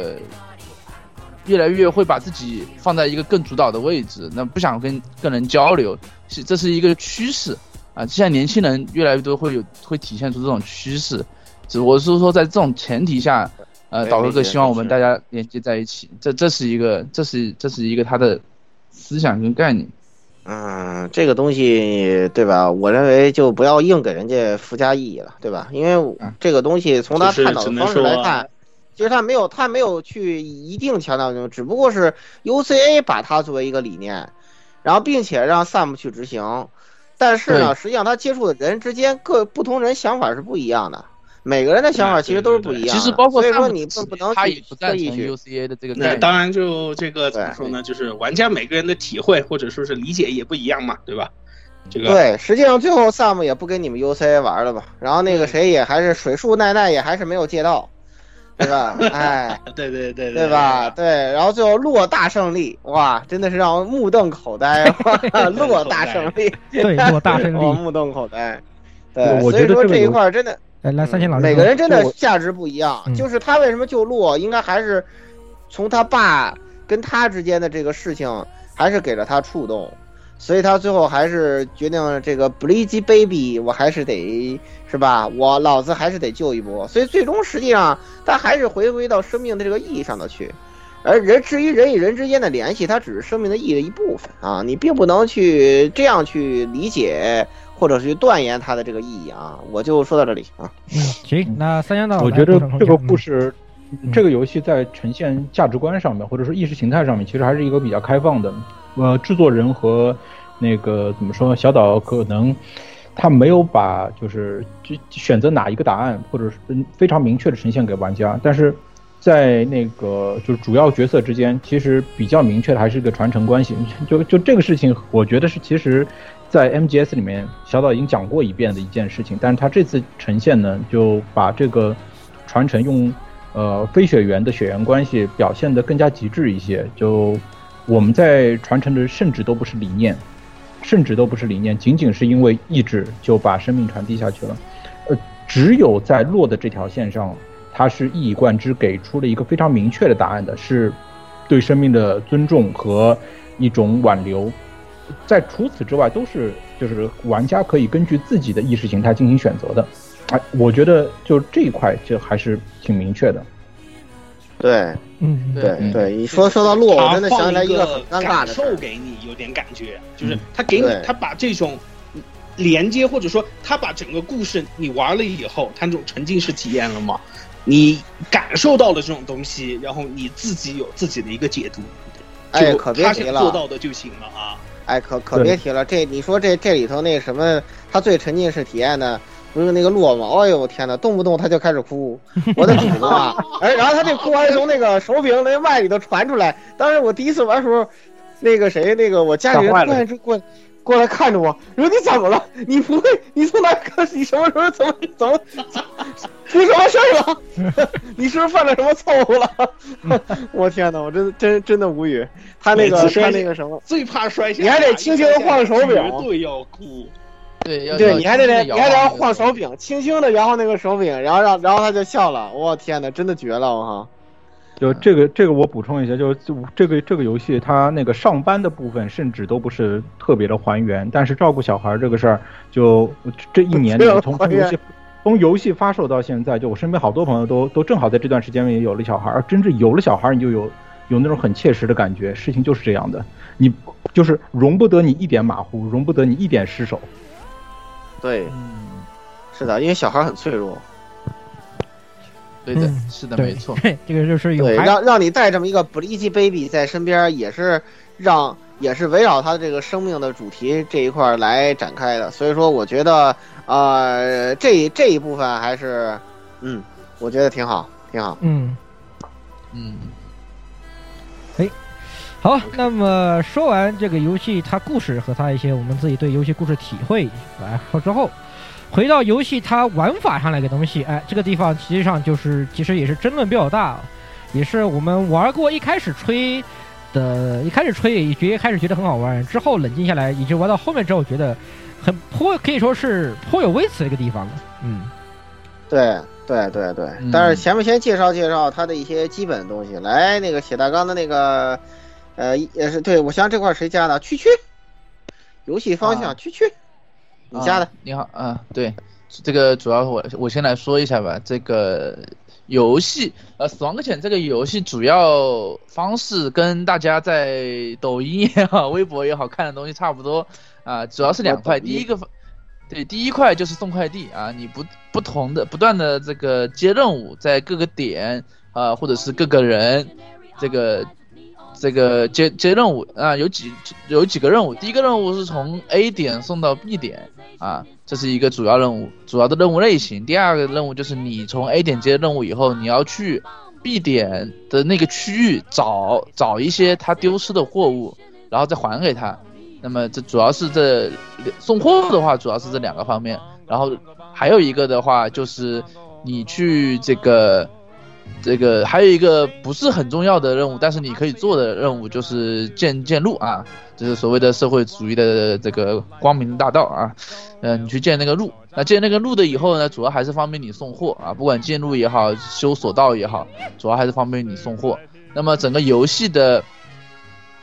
会把自己放在一个更主导的位置，那不想跟人交流，这是一个趋势啊。现在年轻人越来越多会体现出这种趋势，只不过是说在这种前提下，岛哥哥希望我们大家连接在一起，这是一个他的思想跟概念。 这个东西对吧？我认为就不要硬给人家附加意义了，对吧？因为这个东西从他探讨的方式来看。其实他没有去一定强调那种，只不过是 UCA 把它作为一个理念，然后并且让 Sam 去执行。但是呢，实际上他接触的人之间不同人想法是不一样的，每个人的想法其实都是不一样的。 其实包括所以说你不能他也不赞成 UCA 的这个概念。 那当然就这个怎么说呢？就是玩家每个人的体会或者说是理解也不一样嘛，对吧？这个对，实际上最后 Sam 也不跟你们 UCA 玩了吧？然后那个谁也还是水树奈奈也还是没有借到。对吧？哎， 对吧？对，然后最后落大胜利，哇，真的是让我目瞪口呆，落大胜利， 对，落大胜利， 我目瞪口呆。对，所以说这一块真的， 来三千老师， 每个人真的价值不一样，就是他为什么就落，应该还是从他爸跟他之间的这个事情还是给了他触动，所以他最后还是决定这个 Bleach Baby， 我还是得是吧？我老子还是得救一波。所以最终实际上他还是回归到生命的这个意义上的去。而至于人与人之间的联系，它只是生命的意义的一部分啊，你并不能去这样去理解或者去断言它的这个意义啊。我就说到这里啊。 行，那三江导， 我觉得这个故事，这个游戏在呈现价值观上面，或者说意识形态上面，其实还是一个比较开放的。制作人和那个怎么说，小岛可能他没有把就是选择哪一个答案，或者是非常明确的呈现给玩家，但是在那个就是主要角色之间，其实比较明确的还是一个传承关系。就这个事情，我觉得是其实，在 MGS 里面小岛已经讲过一遍的一件事情，但是他这次呈现呢，就把这个传承用非血缘的血缘关系表现得更加极致一些。就我们在传承的甚至都不是理念，仅仅是因为意志就把生命传递下去了。只有在落的这条线上，他是一以贯之给出了一个非常明确的答案的，是对生命的尊重和一种挽留。在除此之外，都是就是玩家可以根据自己的意识形态进行选择的。我觉得就这一块就还是挺明确的。 对，对，你说到落，我真的想起来一个很尴尬的事，感受给你有点感觉，就是他给你，他把这种连接，或者说他把整个故事你玩了以后，他这种沉浸式体验了嘛，你感受到了这种东西，然后你自己有自己的一个解读， 可别提了， 他想做到的就行了啊。 可别提了，你说这里头那什么，他最沉浸式体验的。不是那个落吗？哎呦天哪，动不动他就开始哭，我的天啊！然后他这哭还从那个手柄那外里头传出来。当时我第一次玩的时候，那个谁，那个我家里人突然就过来看着我，说你怎么了？你不会？你从哪看？你什么时候怎么出什么事了？你是不是犯了什么错误了？我天哪，我真的无语。他那个什么， 最怕摔下， 你还得轻轻的晃手柄， 绝对要哭。 对，你还得要晃手柄，轻轻的摇晃那个手柄，然后他就笑了。我天哪，真的绝了！我靠！ 就这个我补充一下，就这个游戏它那个上班的部分甚至都不是特别的还原，但是照顾小孩这个事儿，就这一年从游戏发售到现在，就我身边好多朋友都正好在这段时间也有了小孩，而真正有了小孩，你就有那种很切实的感觉，事情就是这样的，你就是容不得你一点马虎，容不得你一点失手。 对，是的，因为小孩很脆弱。 对的，是的，没错。 这个就是有对，让你带这么一个 Bleach Baby 在身边，也是围绕他的这个生命的主题这一块来展开的。所以说，我觉得这一部分还是我觉得挺好。 好，那么说完这个游戏它故事和它一些我们自己对游戏故事体会来说之后，回到游戏它玩法上来个东西，这个地方实际上其实也是争论比较大，也是我们玩过一开始吹也开始觉得很好玩，之后冷静下来，以及玩到后面之后觉得可以说是颇有微词的一个地方了。 对，但是前面先介绍它的一些基本的东西。来，那个写大纲的那个。也是对，我想这块谁加的？区游戏方向区，你加的。 你好，对，这个主要我先来说一下吧。这个游戏死亡搁浅这个游戏主要方式跟大家在抖音也好、微博也好看的东西差不多主要是两块。第一块就是送快递你不断的这个接任务，在各个点或者是各个人这个接任务有几个任务。第一个任务是从 A 点送到 B 点这是一个主要任务，主要的任务类型。第二个任务就是你从 A 点接任务以后，你要去 B 点的那个区域找一些他丢失的货物，然后再还给他。那么这主要是送货的话，主要是这两个方面。然后还有一个的话就是你去这个还有一个不是很重要的任务，但是你可以做的任务就是建路就是所谓的社会主义的这个光明大道你去建那个路。那建那个路的以后呢，主要还是方便你送货不管建路也好，修索道也好，主要还是方便你送货。那么整个游戏的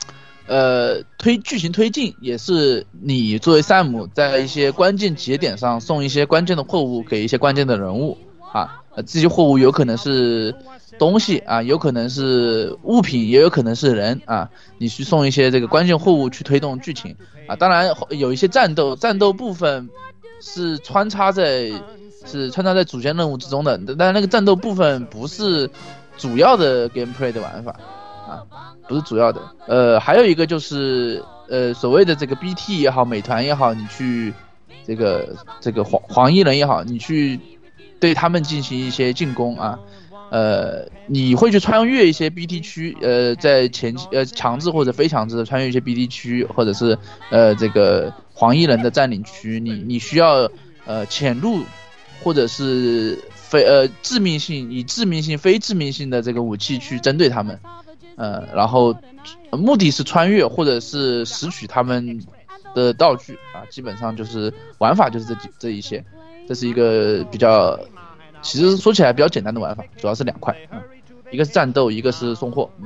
剧情推进，也是你作为赛姆在一些关键节点上送一些关键的货物给一些关键的人物啊，这些货物有可能是东西啊，有可能是物品，也有可能是人啊，你去送一些这个关键货物去推动剧情啊。当然有一些战斗部分是穿插在主线任务之中的，但是那个战斗部分不是主要的 gameplay 的玩法啊，不是主要的。还有一个就是所谓的这个 BT 也好，美团也好，你去这个黄衣人也好，你去对他们进行一些进攻啊。你会去穿越一些 BT 区，在强制或者非强制的穿越一些 BT 区，或者是这个黄衣人的占领区，你需要潜入或者是致命性以致命性非致命性的这个武器去针对他们，然后目的是穿越或者是拾取他们的道具啊，基本上就是玩法就是这一些，这是一个比较。其实说起来比较简单的玩法，主要是2块，一个是战斗，一个是送货。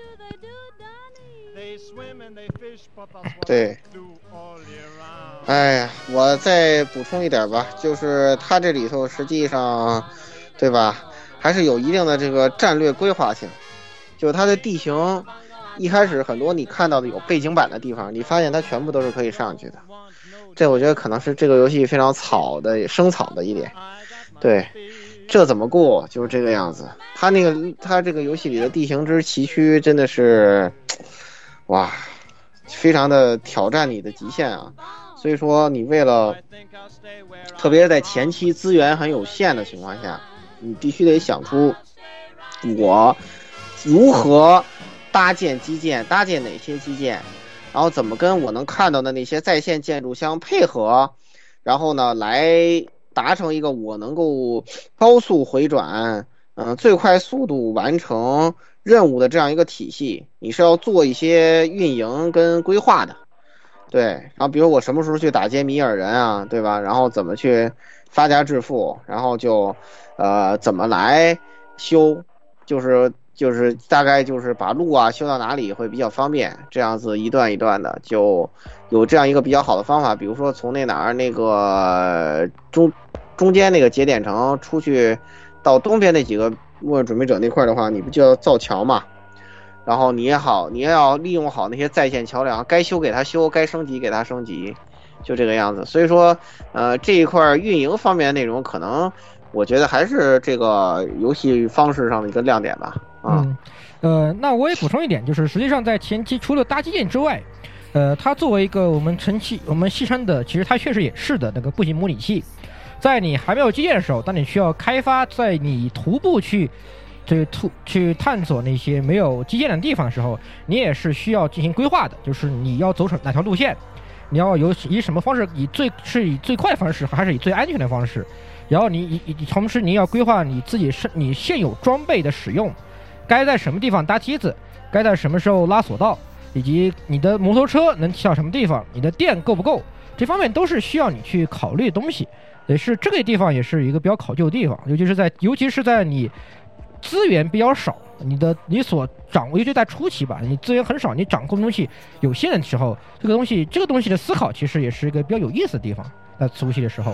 对。哎呀，我再补充一点吧，就是它这里头实际上，对吧，还是有一定的这个战略规划性。就它的地形，一开始很多你看到的有背景板的地方，你发现它全部都是可以上去的。这我觉得可能是这个游戏非常生草的一点。对。这怎么过就是这个样子，他这个游戏里的地形之崎岖真的是哇，非常的挑战你的极限啊。所以说你为了特别在前期资源很有限的情况下，你必须得想出我如何搭建基建，搭建哪些基建，然后怎么跟我能看到的那些在线建筑相配合，然后呢来达成一个我能够高速回转，最快速度完成任务的这样一个体系，你是要做一些运营跟规划的。对，然后比如我什么时候去打劫米尔人啊，对吧？然后怎么去发家致富，然后就怎么来修，就是大概就是把路啊修到哪里会比较方便，这样子一段一段的就有这样一个比较好的方法。比如说从那个中间那个节点城出去到东边那几个末日准备者那块的话，你不就要造桥嘛？然后你也要利用好那些在线桥梁，该修给它修，该升级给它升级，就这个样子。所以说这一块运营方面的内容可能我觉得还是这个游戏方式上的一个亮点吧。 那我也补充一点，就是实际上在前期除了搭基建之外，它作为一个我们戏称的，其实它确实也是的那个步行模拟器，在你还没有基建的时候，当你需要开发，在你徒步去探索那些没有基建的地方的时候，你也是需要进行规划的，就是你要走哪条路线，你要以什么方式，以最快的方式还是以最安全的方式，然后你同时你要规划你自己你现有装备的使用，该在什么地方搭梯子，该在什么时候拉索道，以及你的摩托车能骑到什么地方，你的电够不够，这方面都是需要你去考虑的东西。也是这个地方也是一个比较考究的地方，尤其是在你资源比较少，你所掌握，尤其在初期吧，你资源很少，你掌控东西有限的时候，这个东西的思考其实也是一个比较有意思的地方。在初期的时候，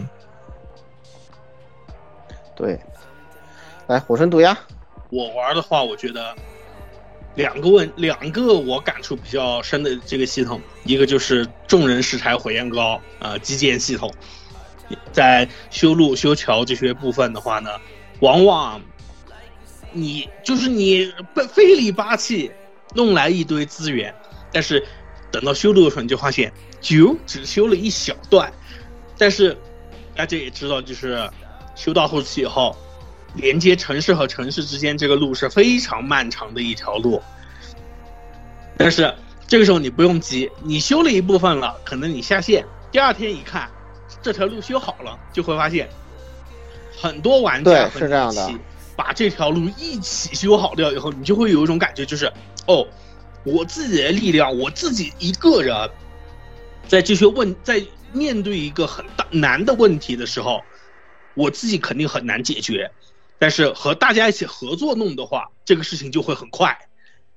对，来火神毒鸦， 我玩的话，我觉得两个我感触比较深的这个系统，一个就是众人拾柴火焰高基建系统，在修路修桥这些部分的话呢，往往你费力巴气弄来一堆资源，但是等到修路的时候你就发现只修了一小段，但是大家也知道，就是修到后期以后，连接城市和城市之间这个路是非常漫长的一条路，但是这个时候你不用急，你修了一部分了，可能你下线第二天一看这条路修好了，就会发现很多玩家和你一起把这条路一起修好掉以后，你就会有一种感觉，就是我自己的力量，我自己一个人在面对一个很难的问题的时候，我自己肯定很难解决，但是和大家一起合作弄的话，这个事情就会很快。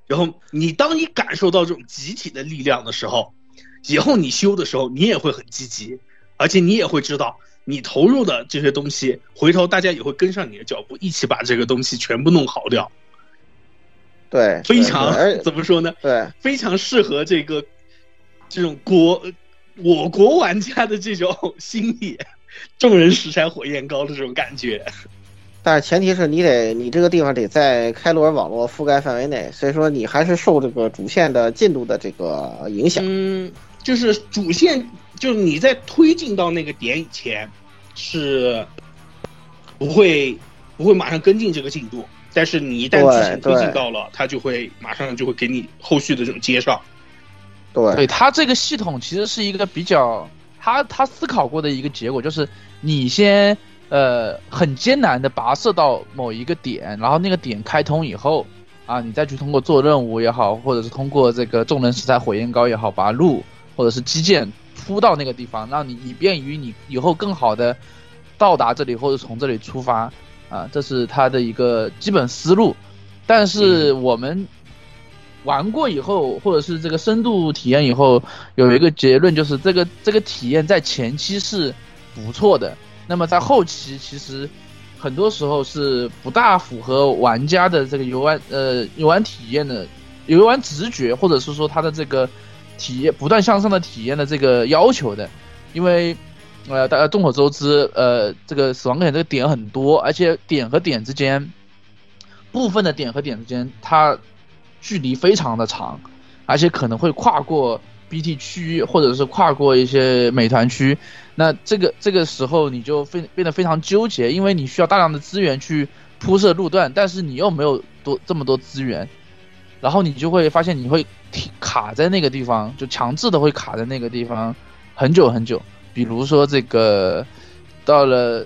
然后当你感受到这种集体的力量的时候，以后你修的时候你也会很积极，而且你也会知道你投入的这些东西，回头大家也会跟上你的脚步，一起把这个东西全部弄好掉。 对， 非常怎么说呢？ 对， 非常适合这种我国玩家的这种心理，众人拾柴火焰高的这种感觉。 但是前提是你这个地方得在开罗尔网络覆盖范围内，所以说你还是受这个主线的进度的这个影响。 就是主线，就是你在推进到那个点以前是不会马上跟进这个进度，但是你一旦剧情推进到了，它就会马上就会给你后续的这种接上。 对，它这个系统其实是一个比较他思考过的一个结果，就是你先很艰难的跋涉到某一个点，然后那个点开通以后啊，你再去通过做任务也好，或者是通过这个众人拾柴火焰高也好，把路或者是基建铺到那个地方，让你以便于你以后更好的到达这里或者从这里出发啊，这是他的一个基本思路。但是我们玩过以后，或者是这个深度体验以后，有一个结论，就是这个体验在前期是不错的，那么在后期其实很多时候是不大符合玩家的这个游玩体验的游玩直觉，或者是说他的这个体验不断向上的体验的这个要求的。因为大家众所周知，这个死亡搁浅这个点很多，而且点和点之间，部分的点和点之间它距离非常的长，而且可能会跨过 BT 区或者是跨过一些美团区。那这个时候你就变得非常纠结，因为你需要大量的资源去铺设路段，但是你又没有这么多资源，然后你就会发现你会卡在那个地方，就强制的会卡在那个地方很久很久。比如说这个到了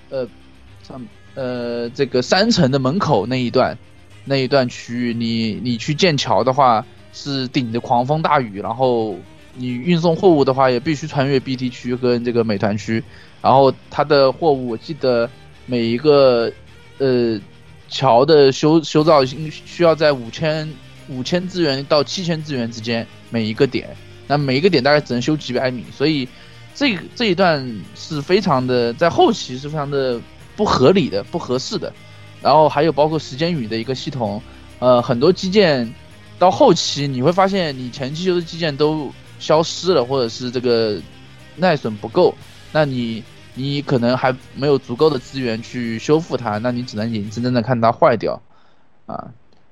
这个山城的门口那一段区域，你去建桥的话是顶着狂风大雨，然后你运送货物的话也必须穿越 BT 区跟这个美团区，然后它的货物我记得每一个桥的修造需要在5000资源到7000资源之间每一个点，那每一个点大概只能修几百米，所以这一段是非常的，在后期是非常的不合理的、不合适的。然后还有包括时间雨的一个系统，很多基建到后期你会发现你前期修的基建都消失了，或者是这个耐损不够，那你可能还没有足够的资源去修复它，那你只能眼睁睁的看它坏掉啊，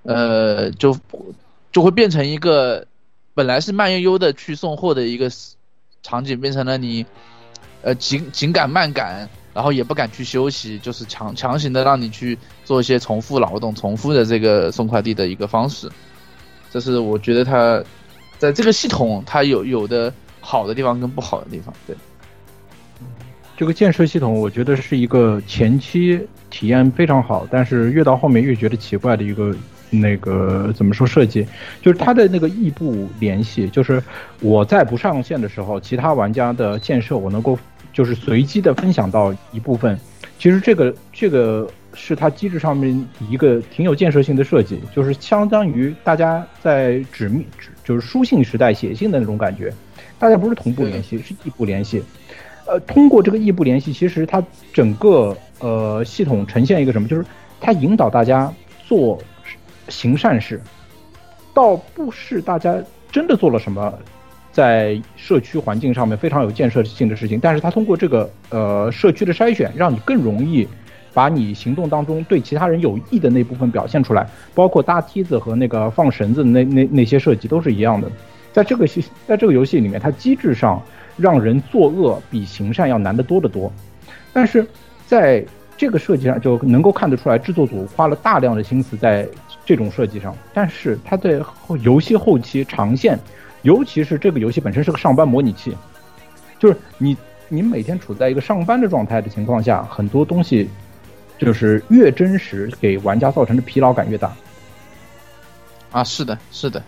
就会变成一个本来是慢悠悠的去送货的一个场景，变成了你紧赶慢赶，然后也不敢去休息，就是强行的让你去做一些重复劳动、重复的这个送快递的一个方式。这是我觉得它在这个系统它有的好的地方跟不好的地方。对， 这个建设系统我觉得是一个前期体验非常好，但是越到后面越觉得奇怪的一个那个怎么说设计，就是它的那个异步联系，就是我在不上线的时候，其他玩家的建设我能够就是随机的分享到一部分。其实这个是它机制上面一个挺有建设性的设计，就是相当于大家在就是书信时代写信的那种感觉，大家不是同步联系，是异步联系。通过这个异步联系，其实它整个系统呈现一个什么，就是它引导大家做行善事，倒不是大家真的做了什么在社区环境上面非常有建设性的事情，但是它通过这个社区的筛选，让你更容易把你行动当中对其他人有益的那部分表现出来，包括搭梯子和那个放绳子的那些设计都是一样的。在这个游戏里面，它机制上让人作恶比行善要难得多得多，但是在这个设计上就能够看得出来，制作组花了大量的心思在这种设计上，但是它在游戏后期长线，尤其是这个游戏本身是个上班模拟器，就是你每天处在一个上班的状态的情况下，很多东西就是越真实，给玩家造成的疲劳感越大。 啊，是的，是的。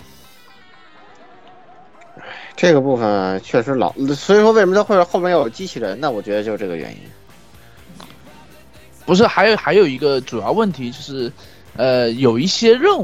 这个部分确实老，所以说为什么它会后面要有机器人呢？我觉得就是这个原因。 不是，还有一个主要问题就是，有一些任务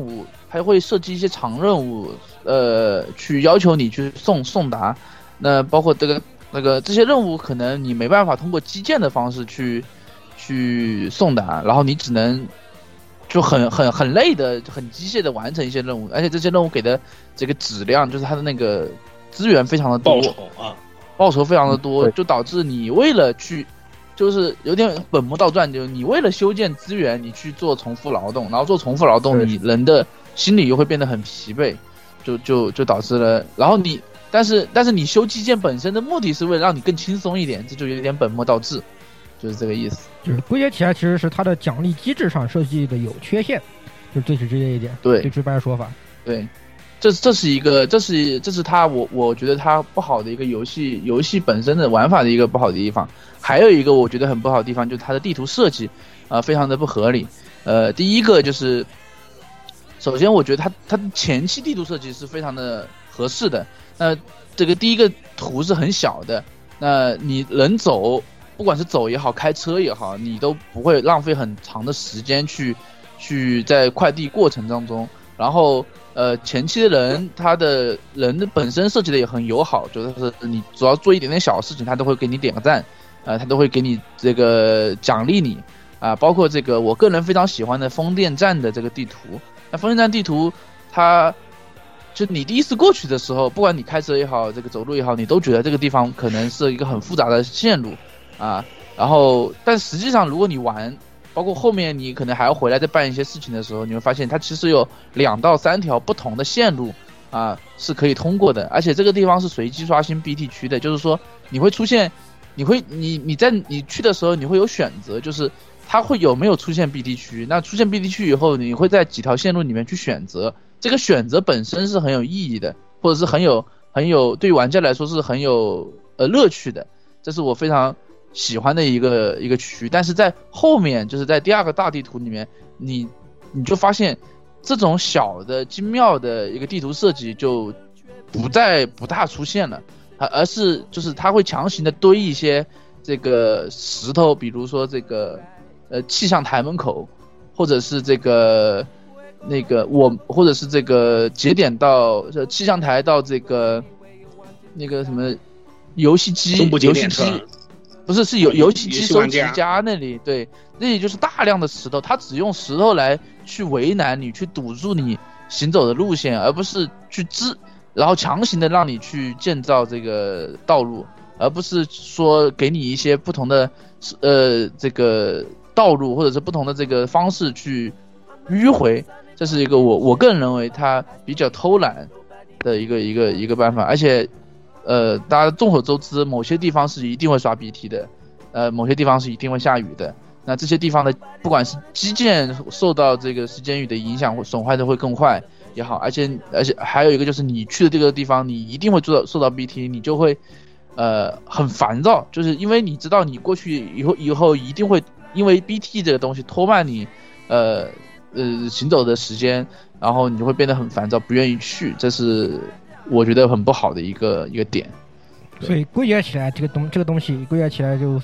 它会设计一些长任务，去要求你去送达。那包括这些任务，可能你没办法通过基建的方式去送达，然后你只能就很累的、很机械的完成一些任务，而且这些任务给的这个质量，就是它的那个资源非常的多，报酬非常的多，就导致你为了去，就是有点本末倒转，就是你为了修建资源，你去做重复劳动，然后做重复劳动，你人的心理又会变得很疲惫，就导致了，然后你但是你修基建本身的目的是为了让你更轻松一点，这就有点本末倒置，就是这个意思。 就是归结起来，其实是它的奖励机制上设计的有缺陷，就是最直接一点， 对， 最直白的说法。 对，这是它我觉得它不好的一个游戏本身的玩法的一个不好的地方。还有一个我觉得很不好的地方，就是它的地图设计非常的不合理。第一个就是，首先我觉得它前期地图设计是非常的合适的。那这个第一个图是很小的，那你人走，不管是走也好，开车也好，你都不会浪费很长的时间去在快递过程当中。然后前期的人，他的人的本身设计的也很友好，就是你只要做一点点小事情，他都会给你点个赞，他都会给你这个奖励你包括这个我个人非常喜欢的丰电站的这个地图。那丰电站地图，它就你第一次过去的时候，不管你开车也好，这个走路也好，你都觉得这个地方可能是一个很复杂的线路然后但实际上如果你玩，包括后面你可能还要回来再办一些事情的时候，你会发现它其实有2到3条不同的线路是可以通过的，而且这个地方是随机刷新 BT 区的，就是说你会出现，你在你去的时候你会有选择，就是它会有没有出现 BT 区，那出现 BT 区以后，你会在几条线路里面去选择，这个选择本身是很有意义的，或者是很有对于玩家来说是很有乐趣的，这是我非常喜欢的一个区。但是在后面，就是在第2个大地图里面，你就发现这种小的精妙的一个地图设计就不大出现了，而是就是它会强行的堆一些这个石头，比如说这个气象台门口，或者是这个或者是这个节点到气象台到这个那个什么游戏机不是游戏机收集家那里，对，那里就是大量的石头，它只用石头来去为难你，去堵住你行走的路线，而不是去然后强行的让你去建造这个道路，而不是说给你一些不同的这个道路或者是不同的这个方式去迂回。这是一个我个人认为它比较偷懒的一个办法。而且大家众所周知，某些地方是一定会刷 BT 的，某些地方是一定会下雨的，那这些地方的不管是基建受到这个时间雨的影响或损坏的会更快也好，而且还有一个就是你去的这个地方你一定会受到 BT， 你就会很烦躁，就是因为你知道你过去以后一定会因为 BT 这个东西拖慢你行走的时间，然后你就会变得很烦躁，不愿意去，这是我觉得很不好的一个点。 所以归结起来，这个东西归结起来就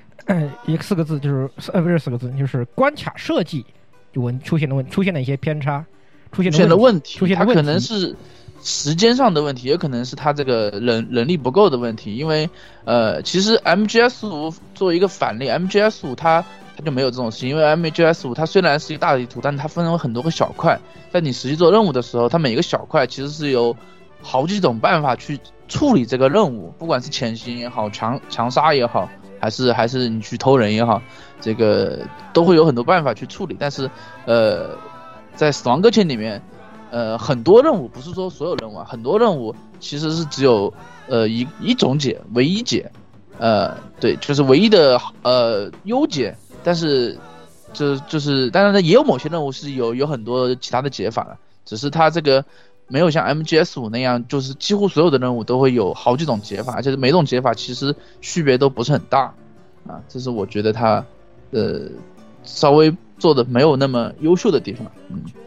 4个字，就是不是4个字，就是关卡设计就出现了一些偏差，出现了问题， 它可能是时间上的问题，也可能是它这个人力不够的问题。因为其实 MGS5 作为一个反例， MGS5 它就没有这种事情，因为 MGS5 它虽然是一个大地图，但它分为很多个小块，在你实际做任务的时候，它每个小块其实是有好几种办法去处理这个任务，不管是潜行也好，强杀也好，还是你去偷人也好，这个都会有很多办法去处理。但是在死亡搁浅里面很多任务，不是说所有任务很多任务其实是只有一种解，唯一解，对，就是唯一的优解。但是就是当然呢，也有某些任务是有很多其他的解法的，只是它这个没有像 MGS5 那样，就是几乎所有的任务都会有好几种解法，而且每种解法其实区别都不是很大这是我觉得它稍微做的没有那么优秀的地方。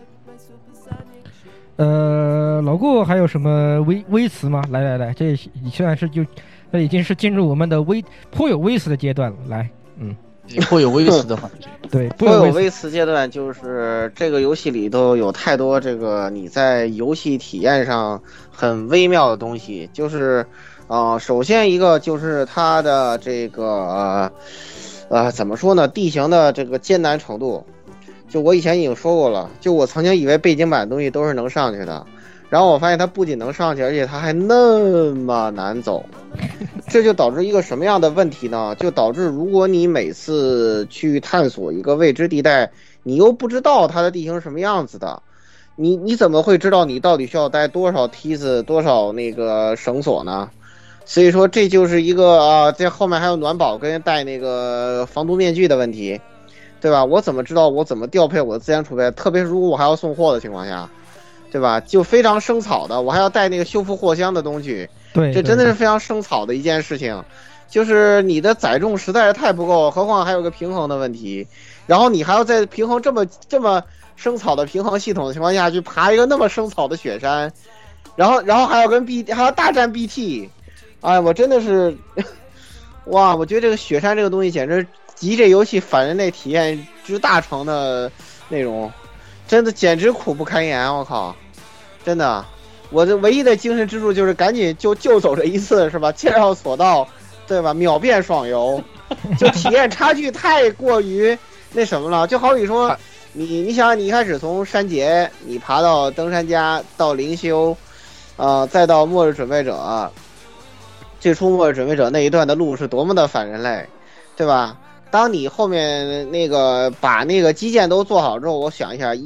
老顾还有什么微词吗？来，这现在是已经是进入我们的颇有微词的阶段了。来， 颇有微词的环节。 对， 颇有微词阶段就是这个游戏里头有太多这个你在游戏体验上很微妙的东西，就是首先一个就是它的这个怎么说呢，地形的这个艰难程度。就我以前已经说过了，就我曾经以为背景板的东西都是能上去的，然后我发现它不仅能上去，而且它还那么难走。这就导致一个什么样的问题呢？就导致如果你每次去探索一个未知地带，你又不知道它的地形是什么样子的，你怎么会知道你到底需要带多少梯子、多少那个绳索呢？所以说这就是一个这后面还有暖宝跟带那个防毒面具的问题。对吧？我怎么知道我怎么调配我的资源储备？特别是如果我还要送货的情况下，对吧？就非常生草的，我还要带那个修复货箱的东西。 对， 这真的是非常生草的一件事情。就是你的载重实在是太不够，何况还有个平衡的问题。然后你还要在平衡这么生草的平衡系统的情况下去爬一个那么生草的雪山，然后还要还要大战 BT。哎，我真的是，哇！我觉得这个雪山这个东西简直。集这游戏反人类体验之大成的内容，真的简直苦不堪言！我靠，真的，我的唯一的精神支柱就是赶紧就走这一次，是吧？介绍索道，对吧？秒变爽游，就体验差距太过于那什么了。就好比说，你想，你一开始从山节，你爬到登山家，到灵修，再到末日准备者，最初末日准备者那一段的路是多么的反人类，对吧？当你后面那个把那个基建都做好之后，我想一下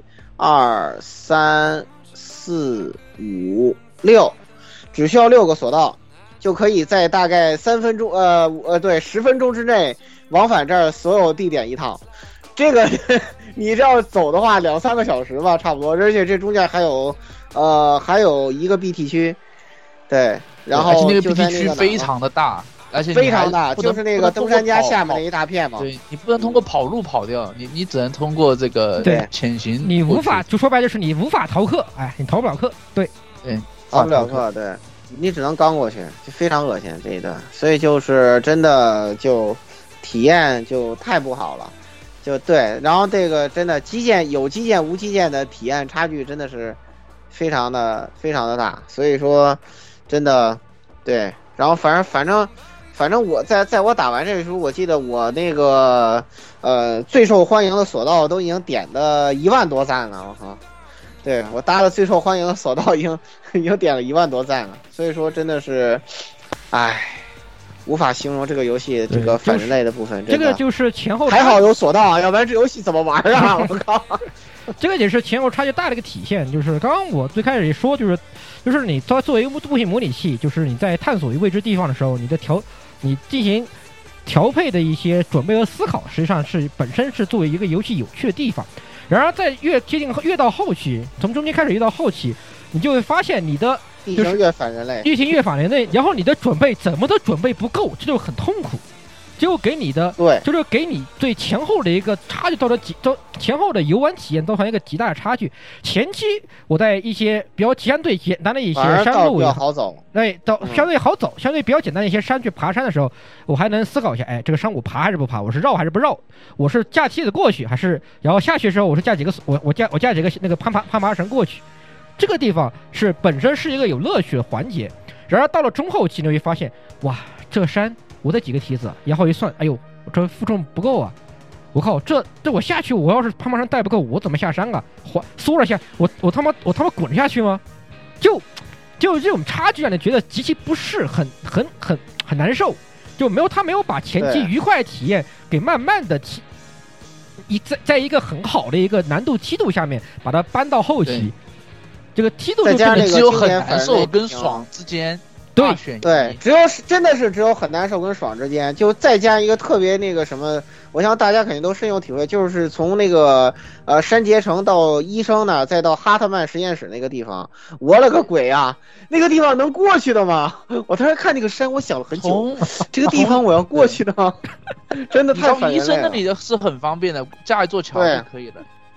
，1、2、3、4、5、6，只需要6个索道，就可以在大概10分钟之内往返这儿所有地点一趟。这个你这要走的话，2-3个小时吧，差不多。而且这中间还有一个 BT 区，对，然后那个 BT 区非常的大。而且非常大，就是那个登山家下面那一大片嘛。 对，你不能通过跑路跑掉，你只能通过这个潜行。 你无法，就说白就是你无法逃课，哎，你逃不了课。对， 逃不了课，对，你只能刚过去，就非常恶心这一段。所以就是真的就体验就太不好了，就对。然后这个真的有基建无基建的体验差距真的是非常的大，所以说真的对。然后反正我在我打完这个时候，我记得我那个最受欢迎的索道都已经点的1万多赞了，我靠！对，我搭的最受欢迎的索道已经点了1万多赞了，所以说真的是，唉，无法形容这个游戏这个反人类的部分。 这个就是前后还好有索道啊，要不然这游戏怎么玩啊？我靠！ 这个也是前后差距大的一个体现，就是刚刚我最开始也说，就是你作为一个步行模拟器，就是你在探索一未知地方的时候，你进行调配的一些准备和思考，实际上是本身是作为一个游戏有趣的地方。然而在越到后期，从中间开始越到后期，你就会发现你的地形越反人类， 地形越反人类，然后你的准备怎么都准备不够，这就很痛苦。就给你的对， 就是给你对前后的一个差距到前后的游玩体验造成一个极大的差距。前期我在一些比较相对简单的一些山路比较好走， 对，相对好走，相对比较简单的一些山去爬山的时候，我还能思考一下，哎，这个山我爬还是不爬？我是绕还是不绕？我是架梯子过去，还是然后下去的时候我是架几个我架几个那个攀爬绳过去？这个地方是本身是一个有乐趣的环节。然而到了中后期，你会发现，哇，这山。我得几个梯子，然后一算，哎呦，我这负重不够啊！我靠，这我下去，我要是攀爬绳带不够，我怎么下山啊？缩了下，我他妈滚下去吗？就这种差距让你觉得极其不适，很难受，就没有把前期愉快体验给慢慢的在一个很好的一个难度梯度下面把它搬到后期，这个梯度就变得只有很难受跟爽之间。 对，真的是只有很难受跟爽之间，就再加一个特别那个什么，我想大家肯定都深有体会，就是从那个山结城到医生那，再到哈特曼实验室那个地方，我了个鬼啊！那个地方能过去的吗？我当时看那个山，我想了很久，这个地方我要过去的吗？真的太烦人了。 医生那里是很方便的，架一座桥就可以了。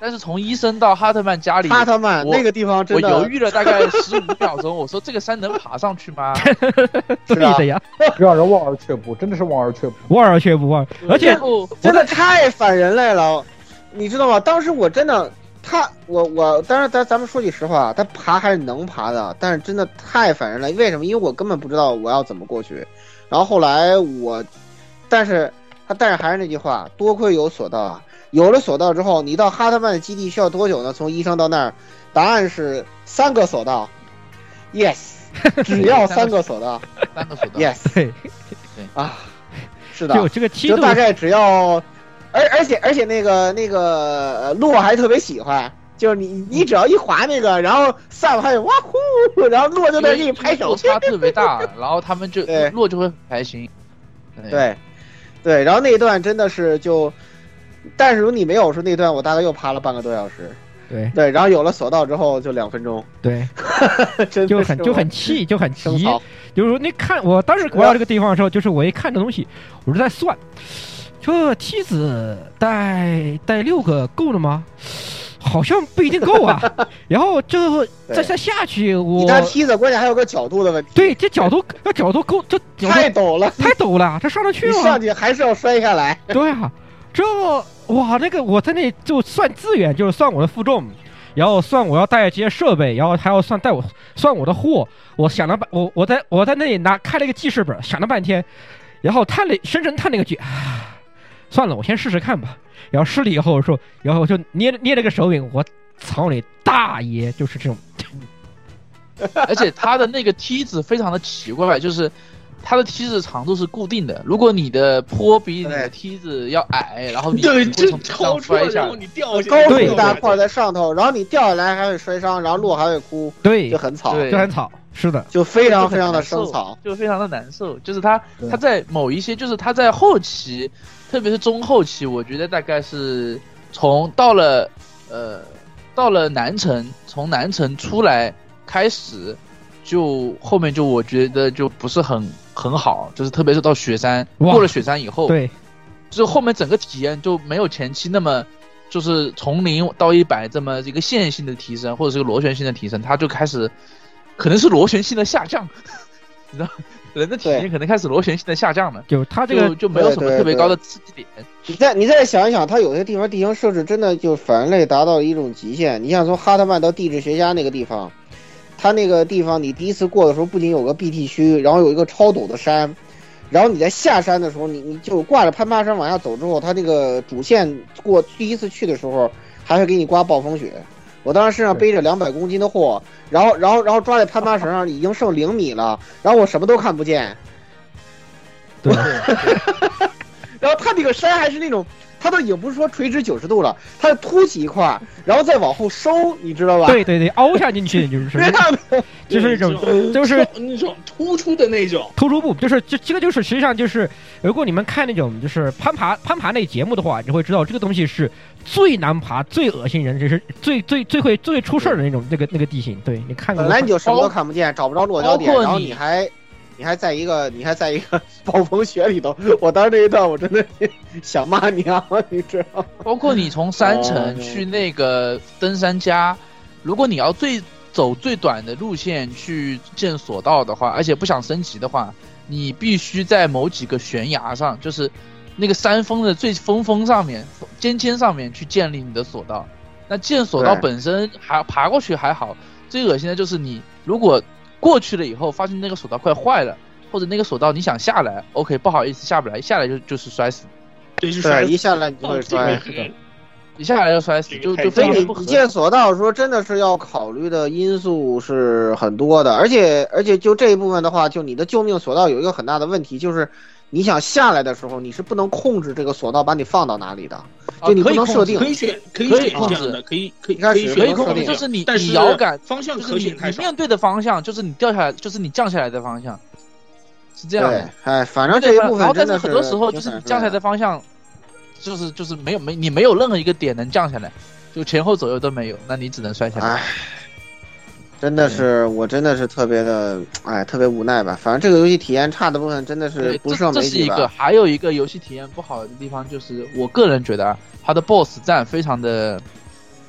但是从医生到哈特曼家里， 哈特曼那个地方真的， 我犹豫了大概15秒钟，我说这个山能爬上去吗？ 对的呀， 让人望而却步，真的是望而却步， 望而却步，而且真的太反人类了，你知道吗？当时我真的。我当然咱们说句实话，他爬还是能爬的，但是真的太反人了。为什么？因为我根本不知道我要怎么过去。然后后来但是还是那句话，多亏有索道啊。有了索道之后，你到哈特曼的基地需要多久呢？从医生到那儿，答案是3个索道 ，yes， 只要3个索道 ，3个索道 ，yes， 对啊，是的， 就这个梯度就大概只要。而且那个洛还特别喜欢，就是你只要一滑那个，然后萨还哇呼，然后洛就在给你拍手， 差特别大，然后他们就洛就会很开心。 对，然后那一段真的是但是如果你没有说那段，我大概又爬了半个多小时。对，然后有了索道之后就2分钟。 对，就很气，就很急。就是说，你看我当时回到这个地方的时候，就是我一看这东西，我就在算。这梯子带6个够了吗？好像不一定够啊。然后就再下去， 你那梯子关键还有个角度的问题。 对，这角度够，这太陡了， 这上得去吗？ 你上去还是要摔下来。 对啊，那个我在那就算资源，就是算我的负重，然后算我要带这些设备，然后还要算我的货。我想了我在那里看了一个记事本，想了半天，然后深深叹了个句。算了，我先试试看吧。然后试了以后说，然后我就捏了个手柄，我操你大爷，就是这种。 而且它的那个梯子非常的奇怪，就是它的梯子长度是固定的，如果你的坡比你的梯子要矮，然后你会从上摔下来， 高度一大块在上头，然后你掉下来还会摔伤，然后落还会哭， 对， 就很吵， 是的， 就非常非常的生草， 就非常的难受。就是他在某一些，就是他在后期，特别是中后期，我觉得大概是到了南城，从南城出来开始，就后面就我觉得就不是很好，就是特别是到雪山，过了雪山以后， 对， 就是后面整个体验就没有前期那么。就是从0到100这么一个线性的提升，或者是个螺旋性的提升，它就开始可能是螺旋性的下降，你知道，人的体验可能开始螺旋性的下降了。 就它这个就没有什么特别高的刺激点。 你再想一想，它有些地方地形设置真的就反人类达到了一种极限。你像从哈特曼到地质学家那个地方，它那个地方你第一次过的时候，不仅有个 BT 区，然后有一个超陡的山。然后你在下山的时候，你就挂着攀爬山往下走之后，它那个主线第一次去的时候，还会给你刮暴风雪。我当时身上背着200公斤的货，然后抓在攀爬绳上，已经剩0米了，然后我什么都看不见。 对。 然后它那个山还是那种，它都已经不是说垂直90度了，它是凸起一块，然后再往后收，你知道吧？ 对，凹下进去就是那种，就是那种突出的那种突出部，就是这个就是实际上就是，如果你们看那种就是攀爬类节目的话，你会知道这个东西是最难爬、最恶心人，就是最会出事的那种那个地形。对，你看过？ 本来你就什么都看不见，找不着落脚点，然后你还在一个暴风雪里头，我当时那一段我真的想骂娘，你知道？ 包括你从山城去那个登山家，如果你要走最短的路线去建索道的话，而且不想升级的话，你必须在某几个悬崖上，就是那个山峰的最峰上面、尖上面去建立你的索道。那建索道本身还爬过去还好，最恶心的就是你如果过去了以后，发现那个索道快坏了，或者那个索道你想下来 ，OK， 不好意思下不来，一下来就是摔死。 对，一下来你就会摔死。 一下来就摔死，就所以你建索道说真的是要考虑的因素是很多的，而且就这一部分的话，就你的救命索道有一个很大的问题，就是你想下来的时候，你是不能控制这个索道把你放到哪里的，就你不能设定， 可以选控制的，可以控制，就是你摇杆方向可选太少， 你面对的方向就是你掉下来，就是你降下来的方向，是这样的。 哎，反正这一部分真的是， 很多时候就是你降下来的方向。就是你没有任何一个点能降下来，就前后左右都没有，那你只能摔下来。 真的是，我真的是特别的，特别无奈吧。反正这个游戏体验差的部分真的是不胜枚举吧。 这是一个，还有一个游戏体验不好的地方就是，我个人觉得它的 BOSS 战非常的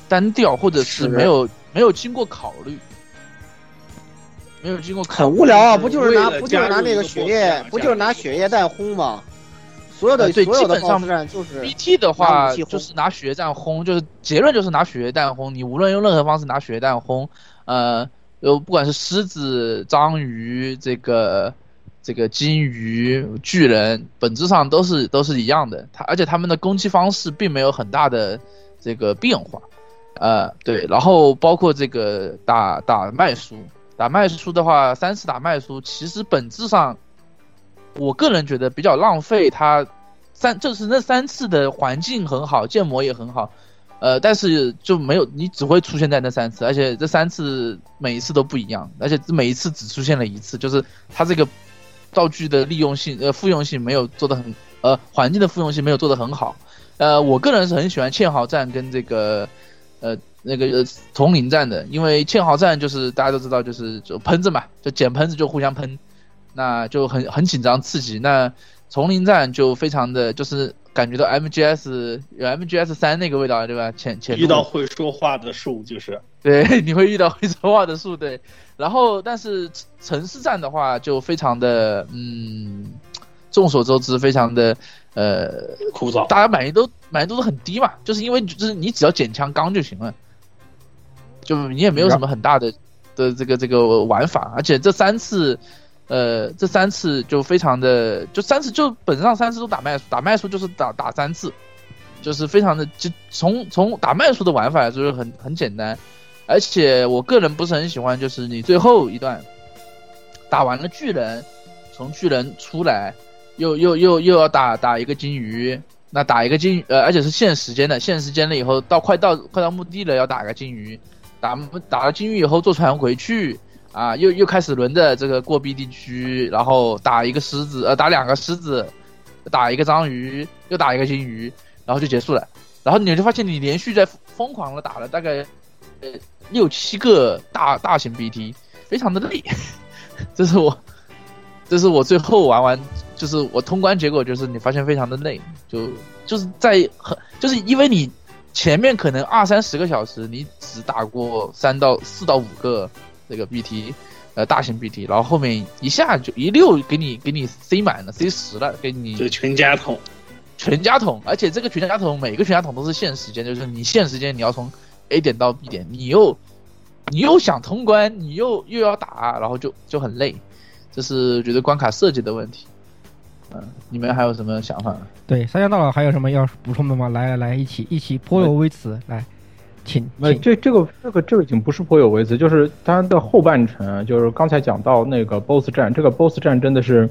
单调，或者是没有经过考虑。没有经过很无聊啊！不就是拿那个血液，不就是拿血液弹轰吗？所有的 BOSS 战就是 BT 的话，就是拿血液弹轰，就是结论就是拿血液弹轰。你无论用任何方式拿血液弹轰，不管是狮子、章鱼、这个金鱼、巨人，本质上都是一样的。而且他们的攻击方式并没有很大的这个变化。对，然后包括这个打麦苏。打麦苏的话，3次打麦苏，其实本质上，我个人觉得比较浪费。就是那3次的环境很好，建模也很好，但是就没有，你只会出现在那3次，而且这3次每一次都不一样，而且每一次只出现了1次，就是它这个道具的利用性、复用性没有做得很，环境的复用性没有做得很好。我个人是很喜欢堑壕战跟这个丛林战的，因为堑壕战就是大家都知道，就喷子嘛，就捡喷子就互相喷，那就很紧张刺激。那丛林战就非常的就是感觉到 MGS 有 MGS3 那个味道，对吧？ 遇到会说话的树就是对，你会遇到会说话的树，对。然后但是城市战的话就非常的众所周知，非常的枯燥， 大家满意度都很低嘛，就是因为就是你只要捡枪刚就行了，就你也没有什么很大的这个玩法，而且这3次就非常的，就3次就本质上3次都打麦苏就是打3次，就是非常的就从打麦苏的玩法来说就是很简单，而且我个人不是很喜欢，就是你最后一段打完了巨人，从巨人出来。又要打一个金鱼，那打一个金鱼，而且是限时间了以后，快到目的了要打个金鱼，打了金鱼以后坐船回去啊，又开始轮着这个过壁地区，然后打一个狮子，打2个狮子，打一个章鱼，又打一个金鱼，然后就结束了。然后你就发现你连续在疯狂的打了大概6、7个大型 BT， 非常的累。这是我最后玩完，就是我通关结果就是你发现非常的累，就是就是因为你前面可能20-30个小时你只打过4到5个这个 BT， 大型 BT， 然后后面一下就一溜给你塞满了，塞10了，给你就全家桶， 而且这个全家桶每个全家桶都是限时间，就是你限时间你要从 A 点到 B 点，你又想通关，你又要打，然后就很累。这是觉得关卡设计的问题，你们还有什么想法？ 对，三江大佬还有什么要补充的吗？来，一起颇有微词，来，请。 这个已经不是颇有微词，就是它的后半程，就是刚才讲到那个 BOSS 战，这个 BOSS 战真的是，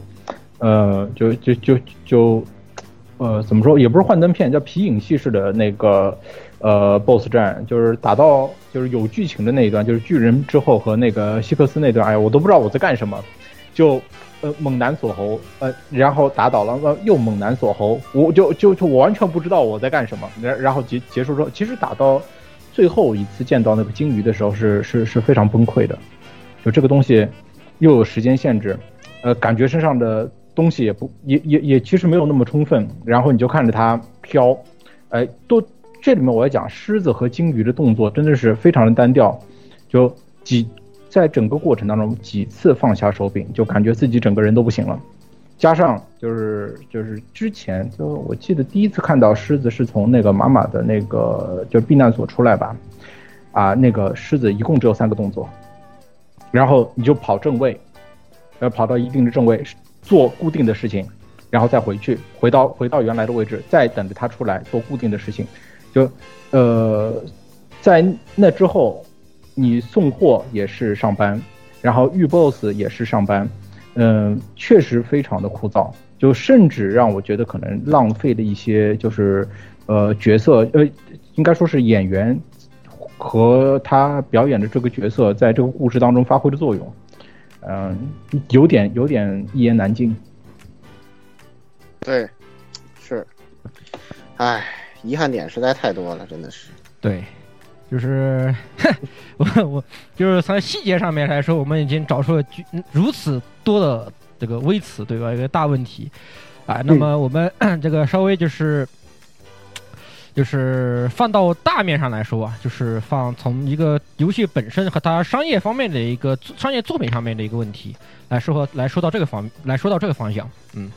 怎么说，也不是幻灯片，叫皮影戏式的那个BOSS 战，就是打到就是有剧情的那一段，就是巨人之后和那个希克斯那段，哎呀，我都不知道我在干什么。就猛男锁喉，然后打倒了，又猛男锁喉，我就我完全不知道我在干什么。然后结束之后，其实打到最后一次见到那个金鱼的时候是非常崩溃的。就这个东西又有时间限制，感觉身上的东西也其实没有那么充分。然后你就看着它飘，这里面我要讲狮子和金鱼的动作真的是非常的单调，就在整个过程当中几次放下手柄，就感觉自己整个人都不行了。加上就是之前就我记得第一次看到狮子是从那个妈妈的那个就是避难所出来吧，那个狮子一共只有3个动作，然后你就跑正位，跑到一定的正位做固定的事情，然后再回到原来的位置，再等着他出来做固定的事情。就在那之后。你送货也是上班，然后遇 BOSS 也是上班，确实非常的枯燥，就甚至让我觉得可能浪费了一些，就是角色，应该说是演员和他表演的这个角色在这个故事当中发挥的作用，有点一言难尽。 对，是，遗憾点实在太多了，真的是。 对。就是我就是从细节上面来说，我们已经找出了如此多的这个微词，对吧？一个大问题那么我们这个稍微就是就是放到大面上来说啊，就是从一个游戏本身和它商业方面的一个商业作品上面的一个问题来说到这个方向。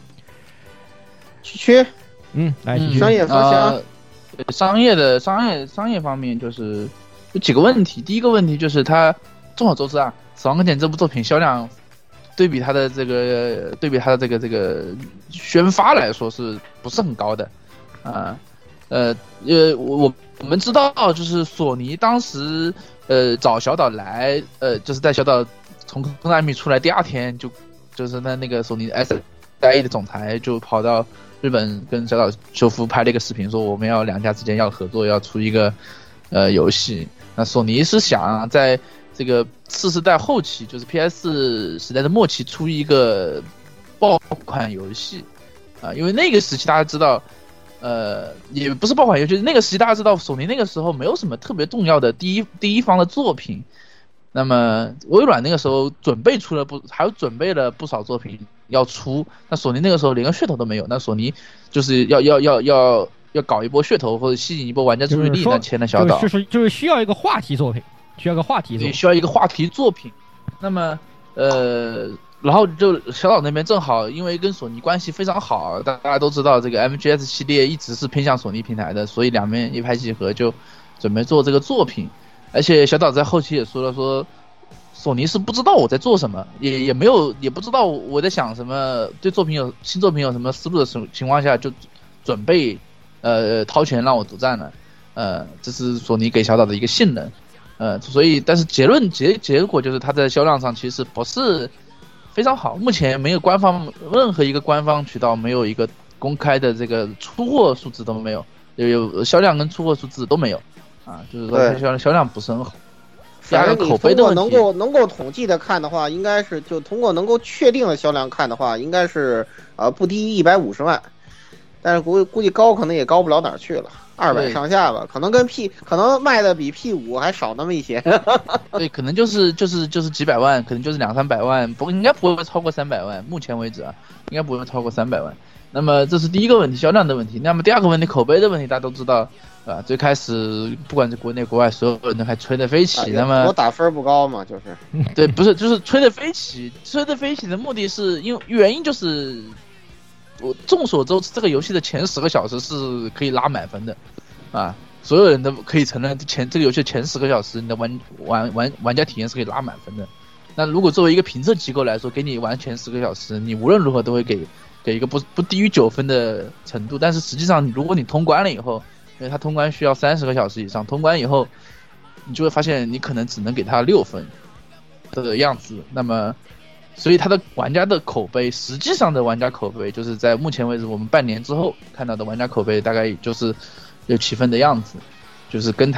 来商业方向。 商业方面就是有几个问题。第一个问题就是它众所周知啊，《死亡搁浅》这部作品销量对比它的这个宣发来说是不是很高的啊？我们知道，就是索尼当时找小岛来，就是在小岛从konami奈米出来第二天就是那个索尼 SIE 的总裁就跑到日本跟小岛秀夫拍了一个视频，说我们要两家之间要合作，要出一个游戏。那索尼是想在这个次世代后期，就是 PS 时代的末期出一个爆款游戏啊，因为那个时期大家知道。也不是爆款游戏，那个时期大家知道，索尼那个时候没有什么特别重要的第一方的作品。那么微软那个时候准备了不少作品要出，那索尼那个时候连个噱头都没有。那索尼就是要搞一波噱头或者吸引一波玩家注意力，那签了小岛， 就是需要一个话题作品，需要一个话题作品。那么然后就小岛那边正好因为跟索尼关系非常好，大家都知道这个 MGS 系列一直是偏向索尼平台的，所以两边一拍即合，就准备做这个作品。而且小岛在后期也说了，说索尼是不知道我在做什么，也不知道我在想什么，对新作品有什么思路的情况下，就准备掏钱让我独占了。这是索尼给小岛的一个信任。所以但是结果就是它在销量上其实不是非常好，目前没有任何一个官方渠道没有一个公开的这个出货数字都没有，有销量跟出货数字都没有啊，就是说销量不是很好。 反正你通过能够统计的看的话，应该是就通过能够确定的销量看的话，应该是不低于150万，但是估计高可能也高不了哪儿去了。200上下吧，可能卖的比 P5 还少那么一些。 对，可能就是几百万，可能就是200-300万，不过应该不会超过300万。目前为止啊，应该不会超过300万。那么这是第一个问题，销量的问题。那么第二个问题，口碑的问题，大家都知道啊。最开始不管是国内国外，所有人都还吹得飞起。那么我打分不高嘛，就是对，不是就是吹得飞起。吹得飞起的目的是原因就是我众所周知，这个游戏的前10个小时是可以拉满分的，啊，所有人都可以承认这个游戏前10个小时你的玩家体验是可以拉满分的。那如果作为一个评测机构来说，给你玩前10个小时，你无论如何都会给一个不低于9分的程度。但是实际上，如果你通关了以后，因为它通关需要30个小时以上，通关以后，你就会发现你可能只能给它6分的样子。那么所以他的玩家的口碑，实际上的玩家口碑，就是在目前为止我们半年之后看到的玩家口碑，大概也就是6-7分的样子，就是跟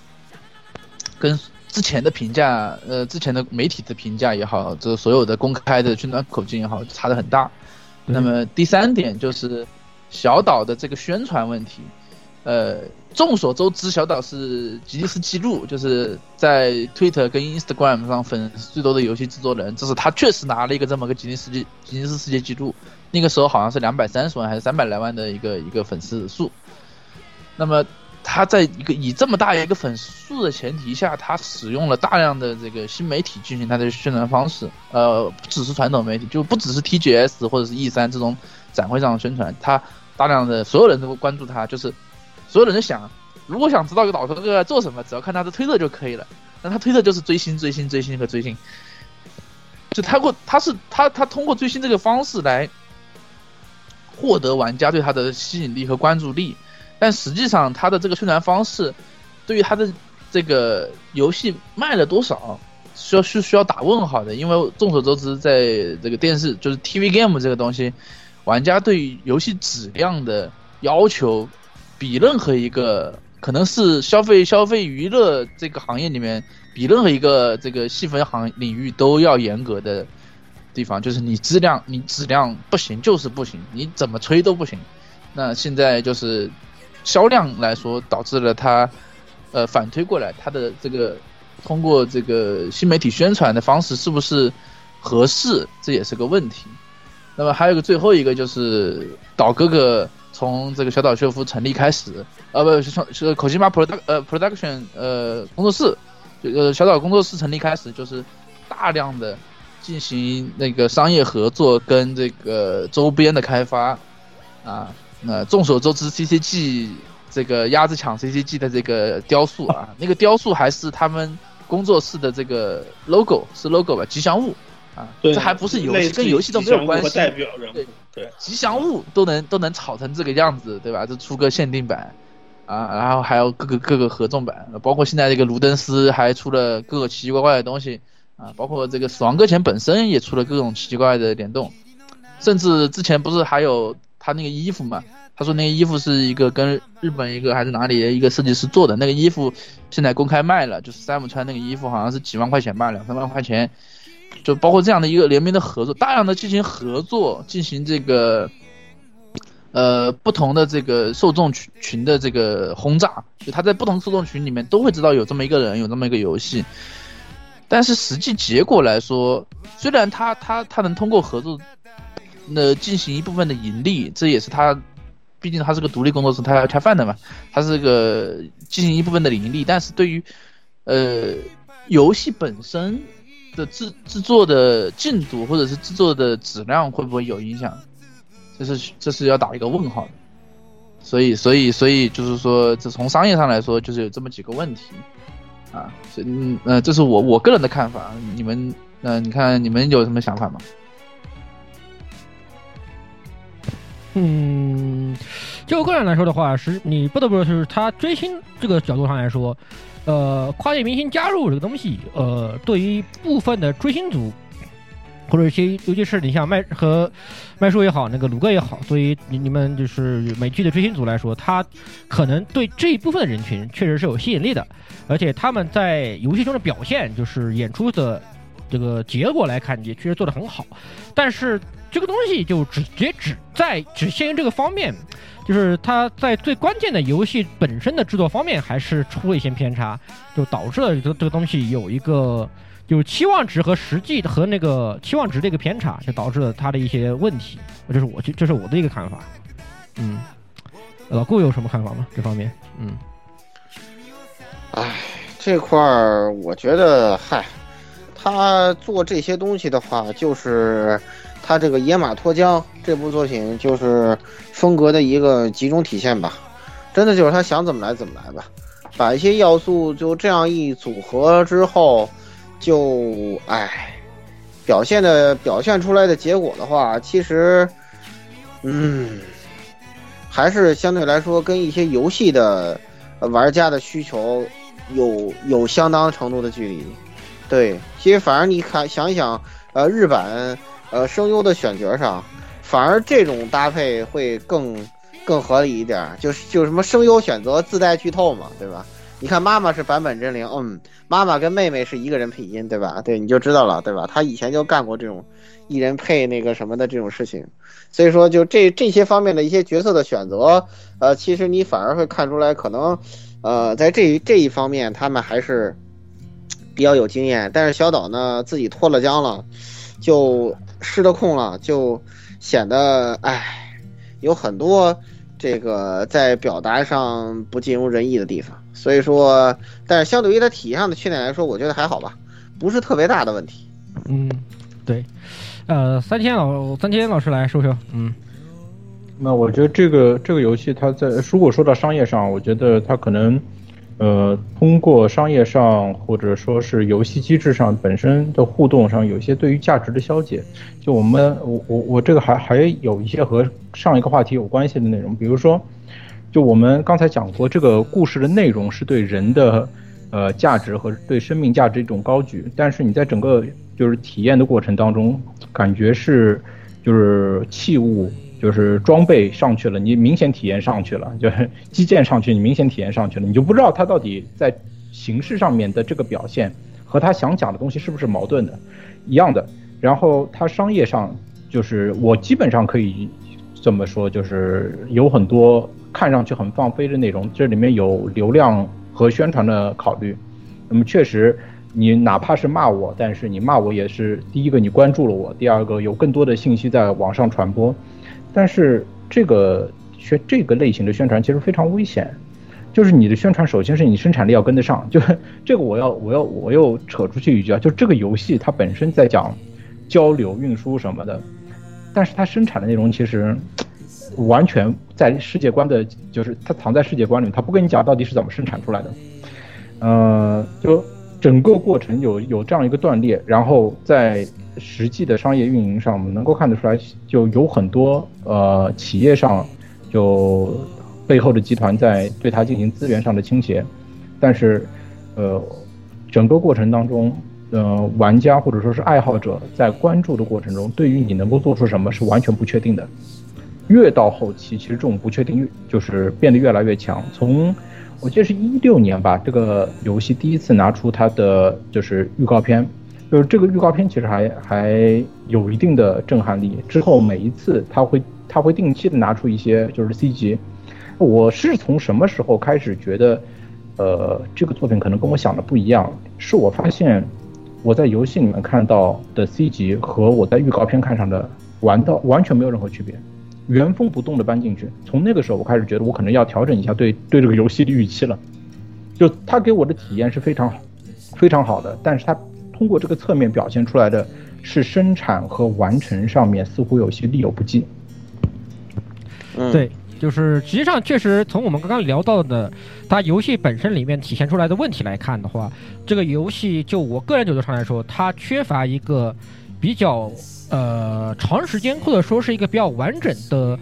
之前的评价，之前的媒体的评价也好，这所有的公开的宣传口径也好，差得很大。那么第3点就是小岛的这个宣传问题。众所周知，小岛是吉尼斯纪录，就是在 Twitter 跟 Instagram 上粉丝最多的游戏制作人，这是他确实拿了一个这么个吉尼斯世界纪录。那个时候好像是230万还是300来万的一个粉丝数。那么他在以这么大一个粉丝数的前提下，他使用了大量的这个新媒体进行他的宣传方式，不只是传统媒体，就不只是 TGS 或者是 E3 这种展会上的宣传，他大量的所有人都关注他，就是所有人就想，如果想知道岛哥哥在做什么，只要看他的推特就可以了。那他推特就是追星和追星，就他通过追星这个方式来获得玩家对他的吸引力和关注力。但实际上他的这个宣传方式对于他的这个游戏卖了多少需要打问号的。因为众所周知，在这个电视就是 TV game 这个东西，玩家对于游戏质量的要求比任何一个可能是消费娱乐这个行业里面比任何一个这个细分领域都要严格的地方，就是你质量不行就是不行，你怎么吹都不行。那现在就是销量来说导致了它反推过来，它的这个通过这个新媒体宣传的方式是不是合适，这也是个问题。那么还有最后一个就是岛哥哥从这个小岛秀夫成立开始，是口西马 production 工作室，小岛工作室成立开始，就是大量的进行那个商业合作跟这个周边的开发啊。众所周知 CCG 这个鸭子抢 CCG 的这个雕塑啊，那个雕塑还是他们工作室的这个 logo 是 logo 吧，吉祥物啊，这还不是游戏，跟游戏都没有关系。 代表人物，对， 吉祥物都能炒成这个样子，对吧？这出个限定版啊，然后还有各个合纵版，包括现在这个卢登斯还出了各个奇奇怪怪的东西啊，包括这个死亡搁浅本身也出了各种奇奇怪怪的联动，甚至之前不是还有他那个衣服嘛？他说那个衣服是一个跟日本一个还是哪里的一个设计师做的，那个衣服现在公开卖了，就是 Sam 穿那个衣服好像是几万块钱吧，2-3万块钱，就包括这样的一个联名的合作，大量的进行合作，进行这个不同的这个受众群的这个轰炸，就他在不同受众群里面都会知道有这么一个人，有这么一个游戏，但是实际结果来说，虽然他能通过合作进行一部分的盈利，这也是他。毕竟他是个独立工作室，他要开饭的嘛，他是个进行一部分的盈利，但是对于游戏本身的制作的进度或者是制作的质量会不会有影响？这是要打一个问号的。所以就是说，这从商业上来说，就是有这么几个问题啊。这是我个人的看法，你们你看你们有什么想法吗？ 就我个人来说的话，你不得不说，就是他追星这个角度上来说，跨界明星加入这个东西，对于部分的追星族，或者一些，尤其是你像麦叔也好，那个鲁哥也好，对于你们就是美剧的追星族来说，他可能对这一部分的人群确实是有吸引力的，而且他们在游戏中的表现，就是演出的这个结果来看，也确实做得很好，但是。这个东西就只限于这个方面，就是它在最关键的游戏本身的制作方面还是出了一些偏差，就导致了这个东西有一个就是期望值和实际和那个期望值的一个偏差，就导致了它的一些问题。这是我的一个看法。老顾有什么看法吗？这方面？ 这块儿我觉得，他做这些东西的话，就是他这个《野马脱缰》这部作品就是风格的一个集中体现吧，真的就是他想怎么来怎么来吧，把一些要素就这样一组合之后，就表现出来的结果的话，其实还是相对来说跟一些游戏的玩家的需求有相当程度的距离。对，其实反而你想一想，日版声优的选角上，反而这种搭配会更合理一点，就什么声优选择自带剧透嘛，对吧？你看妈妈是坂本真绫，妈妈跟妹妹是一个人配音，对吧？对，你就知道了，对吧？他以前就干过这种一人配那个什么的这种事情，所以说就这些方面的一些角色的选择，其实你反而会看出来，可能在这一方面他们还是比较有经验，但是小岛呢自己脱了缰了，就失了控了，就显得有很多这个在表达上不尽如人意的地方。所以说，但是相对于它体验上的缺点来说，我觉得还好吧，不是特别大的问题。 对，三千老师来说说。 那我觉得这个游戏它如果说到商业上，我觉得它可能通过商业上或者说是游戏机制上本身的互动上有一些对于价值的消解。就我这个还有一些和上一个话题有关系的内容，比如说就我们刚才讲过，这个故事的内容是对人的价值和对生命价值一种高举，但是你在整个就是体验的过程当中，感觉是就是器物就是装备上去了，你明显体验上去了，就是基建上去，你明显体验上去了，你就不知道他到底在形式上面的这个表现和他想讲的东西是不是矛盾的，一样的。然后他商业上，就是我基本上可以这么说，就是有很多看上去很放飞的内容，这里面有流量和宣传的考虑。那么确实，你哪怕是骂我，但是你骂我也是第一个你关注了我，第二个有更多的信息在网上传播。但是这个这个类型的宣传其实非常危险。就是你的宣传，首先是你生产力要跟得上。就这个，我又扯出去一句啊，就这个游戏它本身在讲交流、运输什么的，但是它生产的内容其实完全在世界观的，就是它藏在世界观里面，它不跟你讲到底是怎么生产出来的。就整个过程有这样一个断裂，然后在实际的商业运营上，我们能够看得出来，就有很多企业上就。背后的集团在对它进行资源上的倾斜，但是，整个过程当中，玩家或者说是爱好者在关注的过程中，对于你能够做出什么是完全不确定的。越到后期，其实这种不确定就是变得越来越强。从我记得是16年吧，这个游戏第一次拿出它的就是预告片，就是这个预告片其实还有一定的震撼力。之后每一次它会定期的拿出一些就是 CG。我是从什么时候开始觉得，这个作品可能跟我想的不一样？是我发现我在游戏里面看到的 C 级和我在预告片看上的完全没有任何区别，原封不动的搬进去。从那个时候我开始觉得我可能要调整一下对这个游戏的预期了。就它给我的体验是非常好的，但是它通过这个侧面表现出来的是生产和完成上面似乎有些力有不济。 对。就是实际上确实从我们刚刚聊到的它游戏本身里面体现出来的问题来看的话，这个游戏就我个人角度上来说，它缺乏一个比较长时间或者说是一个比较完整的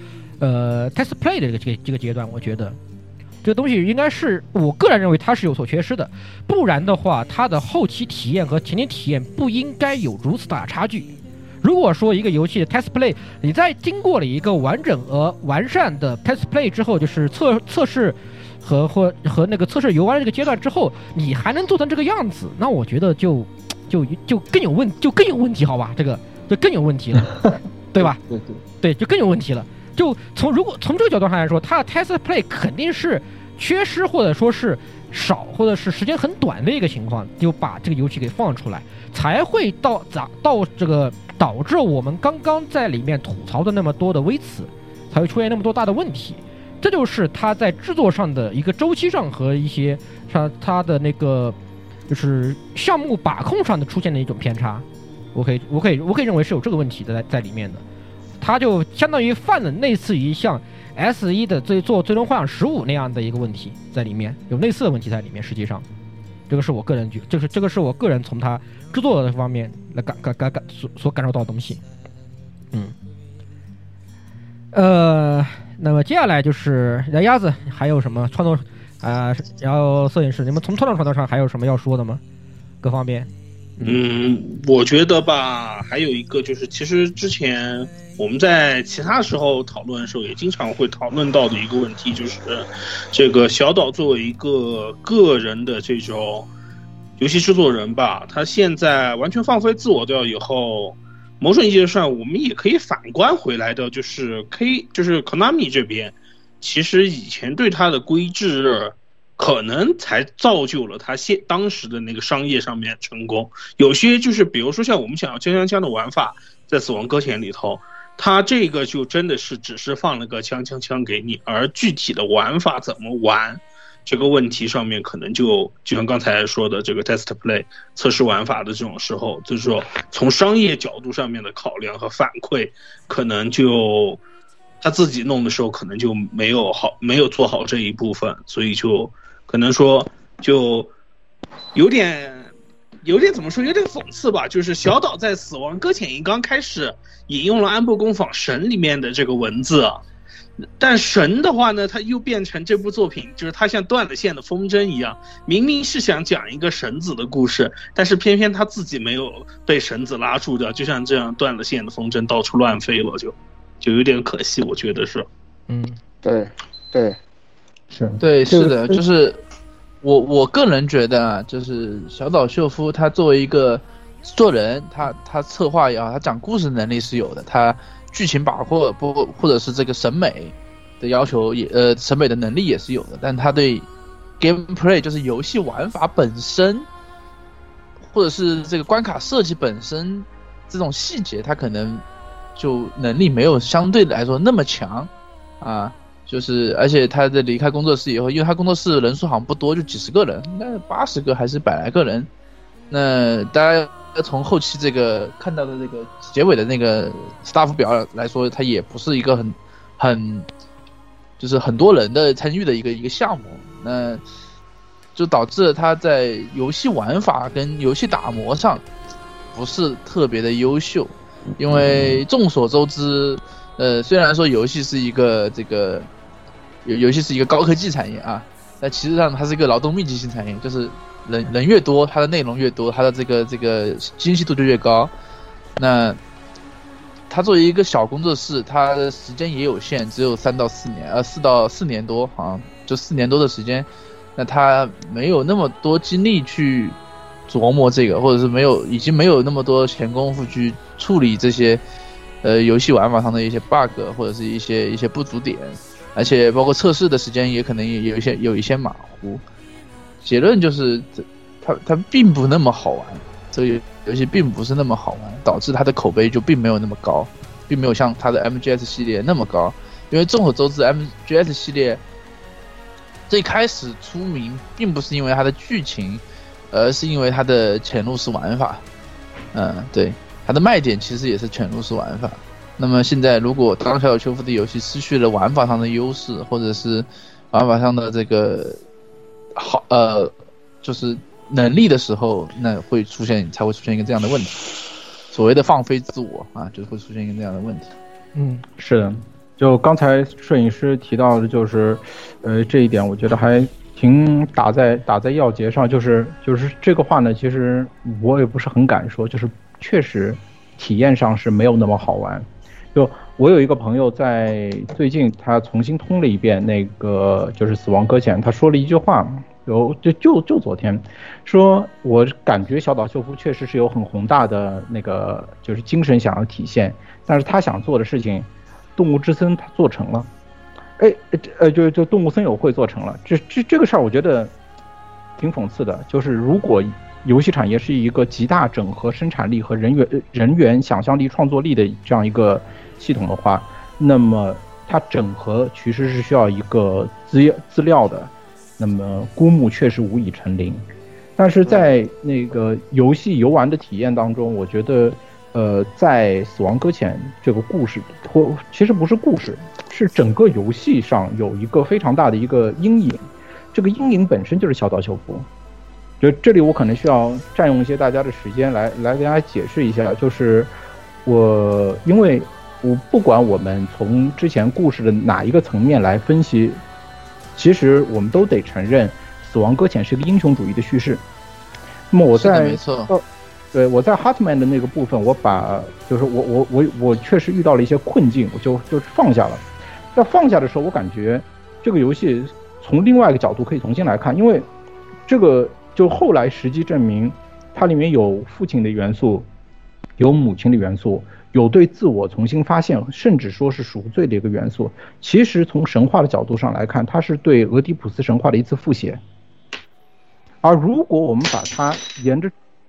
test play 的这个阶段。我觉得这个东西应该是我个人认为它是有所缺失的，不然的话它的后期体验和前期体验不应该有如此大的差距。如果说一个游戏的 test play 你在经过了一个完整而完善的 test play 之后，就是测试和那个测试游玩这个阶段之后，你还能做成这个样子，那我觉得就更有问题，好吧？这个就更有问题了，对吧？对，就更有问题了。就从这个角度上来说，它的 test play 肯定是缺失或者说是少或者是时间很短的一个情况，就把这个游戏给放出来，才会到这个导致我们刚刚在里面吐槽的那么多的微词，才会出现那么多大的问题。这就是它在制作上的一个周期上和一些它的那个就是项目把控上的出现的一种偏差。我可以认为是有这个问题在里面的。它就相当于犯了类似于像 S1 的做最终幻想15那样的一个问题在里面，有类似的问题在里面。实际上这个是我个人这个是我个人从它制作的方面来所感受到的东西。那么接下来就是鸭子还有什么创作然后摄影师，你们从创作上还有什么要说的吗？各方面？ 我觉得吧，还有一个就是，其实之前我们在其他时候讨论的时候，也经常会讨论到的一个问题，就是这个小岛作为一个个人的这种游戏制作人吧，他现在完全放飞自我掉以后，某种意义上我们也可以反观回来的，就是 Konami 这边，其实以前对他的规制可能才造就了他当时的那个商业上面成功。有些就是比如说像我们想要枪枪枪的玩法，在死亡搁浅里头，他这个就真的是只是放了个枪枪枪给你，而具体的玩法怎么玩这个问题上面，可能就像刚才说的这个 test play 测试玩法的这种时候，就是说从商业角度上面的考量和反馈，可能就他自己弄的时候可能就没有做好这一部分，所以就可能说就有点怎么说，有点讽刺吧。就是小岛在死亡搁浅一刚开始引用了安部公坊神里面的这个文字，但神的话呢，它又变成这部作品就是它像断了线的风筝一样，明明是想讲一个神子的故事，但是偏偏他自己没有被神子拉住掉，就像这样断了线的风筝到处乱飞了，就有点可惜，我觉得是。 对， 是的，就是我个人觉得啊，就是小岛秀夫他作为一个做人，他策划也好，他讲故事能力是有的，他剧情把握或者是这个审美的要求也审美的能力也是有的，但他对 gameplay 就是游戏玩法本身，或者是这个关卡设计本身这种细节，他可能就能力没有相对来说那么强啊。 就是而且他的离开工作室以后，因为他工作室人数好像不多，就几十个人，应该80个还是100来个人。那大家从后期这个看到的这个结尾的那个 staff 表来说，它也不是一个很就是很多人的参与的一个项目，那就导致了他在游戏玩法跟游戏打磨上不是特别的优秀。因为众所周知，虽然说游戏是一个游戏是一个高科技产业啊，但其实上它是一个劳动密集型产业，就是人越多，它的内容越多，它的这个精细度就越高。那它作为一个小工作室，它的时间也有限，只有4到4年多，好像就4年多的时间。那它没有那么多精力去琢磨这个，或者是已经没有那么多闲工夫去处理这些游戏玩法上的一些 bug 或者是一些不足点，而且包括测试的时间也可能也有一些马虎。结论就是它并不那么好玩，这个游戏并不是那么好玩，导致它的口碑就并没有那么高，并没有像它的 MGS 系列那么高。因为众所周知 MGS 系列最开始出名并不是因为它的剧情，而是因为它的潜入式玩法。对，它的卖点其实也是潜入式玩法。那么现在如果当小岛秀夫的游戏失去了玩法上的优势，或者是玩法上的这个就是能力的时候，那才会出现一个这样的问题。所谓的放飞自我啊，就会出现一个这样的问题。 是的。就刚才摄影师提到的，就是这一点我觉得还挺打在要节上，就是这个话呢，其实我也不是很敢说，就是确实体验上是没有那么好玩。就我有一个朋友在最近他重新通了一遍那个就是死亡搁浅，他说了一句话，就昨天说，我感觉小岛秀夫确实是有很宏大的那个就是精神想要体现，但是他想做的事情动物之森他做成了，就动物森友会做成了，这个事儿我觉得挺讽刺的。就是如果游戏产业是一个极大整合生产力和人员想象力创作力的这样一个系统的话，那么它整合其实是需要一个资料的，那么孤木确实无以成林。但是在那个游戏游玩的体验当中，我觉得在死亡搁浅这个故事，其实不是故事，是整个游戏上有一个非常大的一个阴影，这个阴影本身就是小岛秀夫。就这里我可能需要占用一些大家的时间来给大家解释一下，就是因为我不管我们从之前故事的哪一个层面来分析，其实我们都得承认死亡搁浅是一个英雄主义的叙事。那么我在对，我在 Hartman 的那个部分，就是我确实遇到了一些困境，我就放下了。在放下的时候，我感觉这个游戏从另外一个角度可以重新来看，因为这个就后来实际证明，它里面有父亲的元素，有母亲的元素，有对自我重新发现，甚至说是赎罪的一个元素。其实从神话的角度上来看，它是对俄狄浦斯神话的一次复写。而如果我们把它沿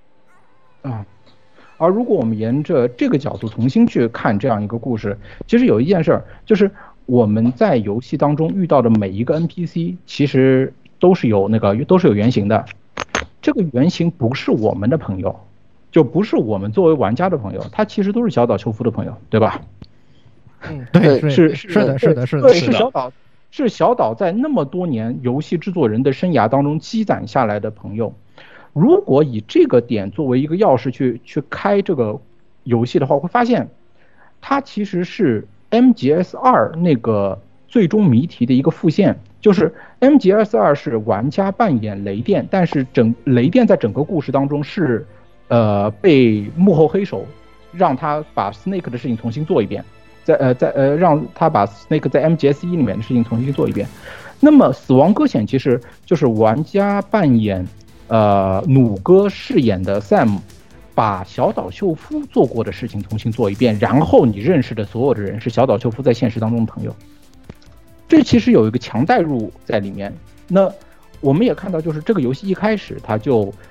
着这个角度重新去看这样一个故事，其实有一件事儿，就是我们在游戏当中遇到的每一个 NPC 其实都是有原型的。这个原型不是我们的朋友，就不是我们作为玩家的朋友，他其实都是小岛秀夫的朋友，对吧？ 对，是的， 是小岛在那么多年游戏制作人的生涯当中积攒下来的朋友。如果以这个点作为一个钥匙去开这个游戏的话，会发现它其实是 MGS2 那个最终谜题的一个复现。就是 MGS2 是玩家扮演雷电，但是雷电在整个故事当中是被幕后黑手让他把 Snake 的事情重新做一遍，让他把 Snake 在 MGS1 里面的事情重新做一遍。那么死亡搁浅其实就是玩家扮演弩哥饰演的 Sam 把小岛秀夫做过的事情重新做一遍，然后你认识的所有的人是小岛秀夫在现实当中的朋友。这其实有一个强代入在里面。那我们也看到，就是这个游戏一开始它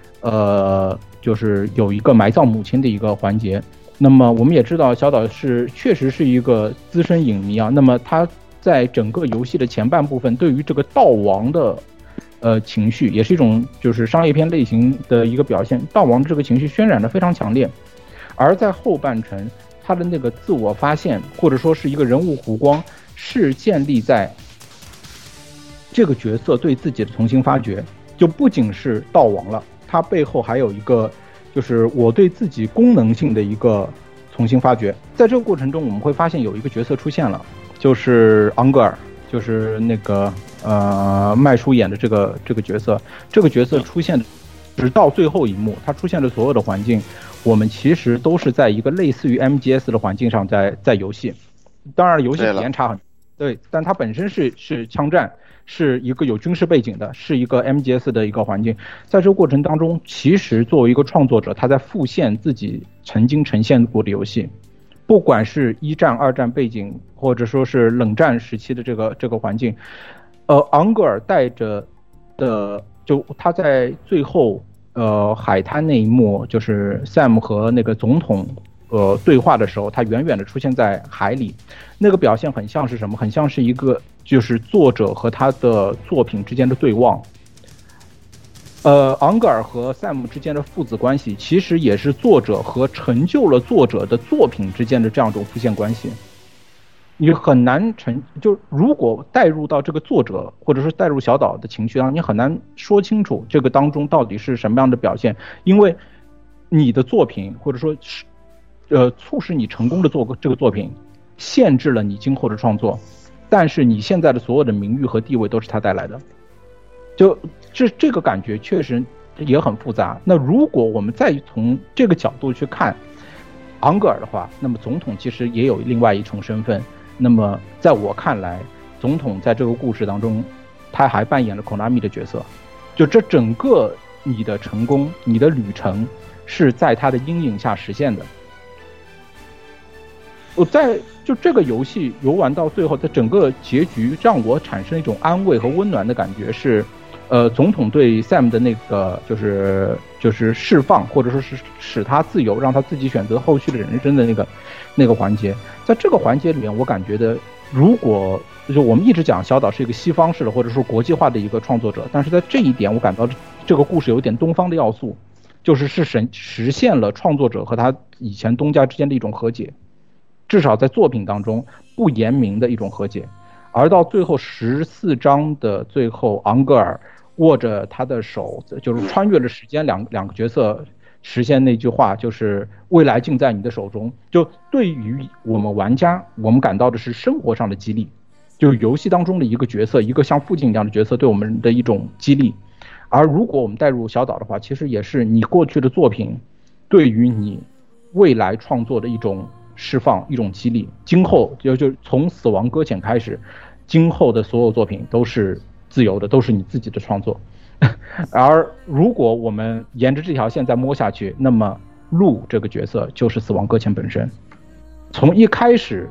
就是有一个埋葬母亲的一个环节。那么我们也知道小岛确实是一个资深影迷啊，那么他在整个游戏的前半部分对于这个悼亡的情绪，也是一种就是商业片类型的一个表现，悼亡这个情绪渲染的非常强烈。而在后半程，他的那个自我发现或者说是一个人物弧光，是建立在这个角色对自己的重新发掘，就不仅是悼亡了，它背后还有一个就是我对自己功能性的一个重新发掘。在这个过程中，我们会发现有一个角色出现了，就是昂格尔，就是那个麦叔演的这个角色。这个角色出现直到最后一幕，他出现的所有的环境，我们其实都是在一个类似于 MGS 的环境上在游戏。当然游戏体验差很对，但它本身是枪战，是一个有军事背景的，是一个 MGS 的一个环境。在这个过程当中，其实作为一个创作者，他在复现自己曾经呈现过的游戏，不管是1战、2战背景，或者说是冷战时期的这个环境。昂格尔带着的，就他在最后海滩那一幕，就是 Sam 和那个总统对话的时候，他远远的出现在海里，那个表现很像是什么？很像是一个就是作者和他的作品之间的对望。昂格尔和 Sam 之间的父子关系，其实也是作者和成就了作者的作品之间的这样一种复现关系。你很难就如果带入到这个作者或者是带入小岛的情绪上，你很难说清楚这个当中到底是什么样的表现，因为你的作品或者说是促使你成功的这个作品，限制了你今后的创作，但是你现在的所有的名誉和地位都是他带来的，就这个感觉确实也很复杂。那如果我们再从这个角度去看昂格尔的话，那么总统其实也有另外一重身份。那么在我看来，总统在这个故事当中，他还扮演了 Konami 的角色。就这整个你的成功，你的旅程是在他的阴影下实现的。我就这个游戏游玩到最后，在整个结局让我产生一种安慰和温暖的感觉是，总统对 Sam 的那个就是释放，或者说是使他自由，让他自己选择后续的人生的那个环节。在这个环节里面，我感觉的，如果就是我们一直讲小岛是一个西方式的或者说国际化的一个创作者，但是在这一点我感到这个故事有点东方的要素，就是实现了创作者和他以前东家之间的一种和解，至少在作品当中不言明的一种和解。而到最后14章的最后，昂格尔握着他的手，就是穿越了时间，两个角色实现那句话，就是未来尽在你的手中。就对于我们玩家，我们感到的是生活上的激励，就游戏当中的一个角色，一个像父亲一样的角色对我们的一种激励。而如果我们带入小岛的话，其实也是你过去的作品对于你未来创作的一种释放，一种激励。今后就从死亡搁浅开始，今后的所有作品都是自由的，都是你自己的创作。而如果我们沿着这条线再摸下去，那么鹿这个角色就是死亡搁浅本身，从一开始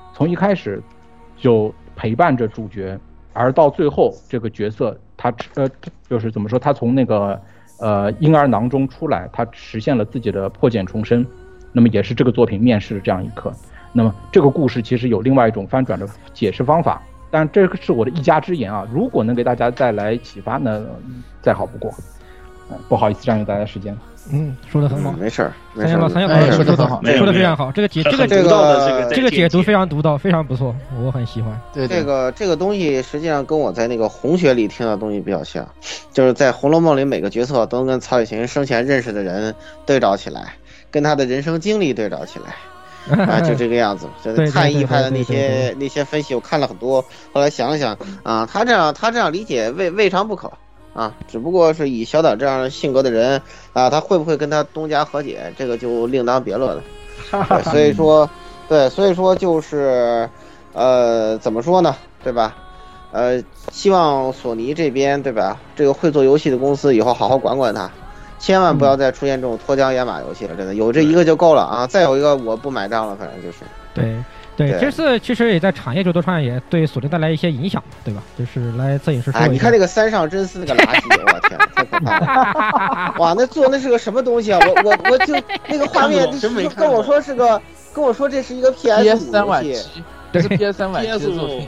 就陪伴着主角，而到最后这个角色他就是怎么说，他从那个婴儿囊中出来，他实现了自己的破茧重生，那么也是这个作品面世的这样一刻。那么这个故事其实有另外一种翻转的解释方法，但这是我的一家之言啊，如果能给大家带来启发呢，再好不过。不好意思占用大家时间。 说得很好， 没事儿， 三小老师说得很好，说得非常好，这个解读非常独到，非常不错，我很喜欢。 对，这个东西实际上跟我在那个红学里听到的东西比较像，就是在《红楼梦》里每个角色都跟曹雪芹生前认识的人对照起来，跟他的人生经历对照起来。啊，就这个样子，就是汉译派的那些分析，我看了很多，后来想了想啊，他这样理解未尝不可啊，只不过是以小岛这样性格的人啊，他会不会跟他东家和解，这个就另当别论了。所以说就是怎么说呢，对吧？希望索尼这边对吧，这个会做游戏的公司以后好好管管他。千万不要再出现这种脱缰野马游戏了，真的有这一个就够了啊！再有一个我不买账了，反正就是。 对，这次其实也在产业这多创业也对索尼带来一些影响，对吧？就是来摄影师说一下。 你看那个三上真司那个垃圾，我天，太可怕了！哇，那做那是个什么东西啊？我就那个画面，跟我说这是一个 PS5 晚期，这是 PS3 晚期的作品。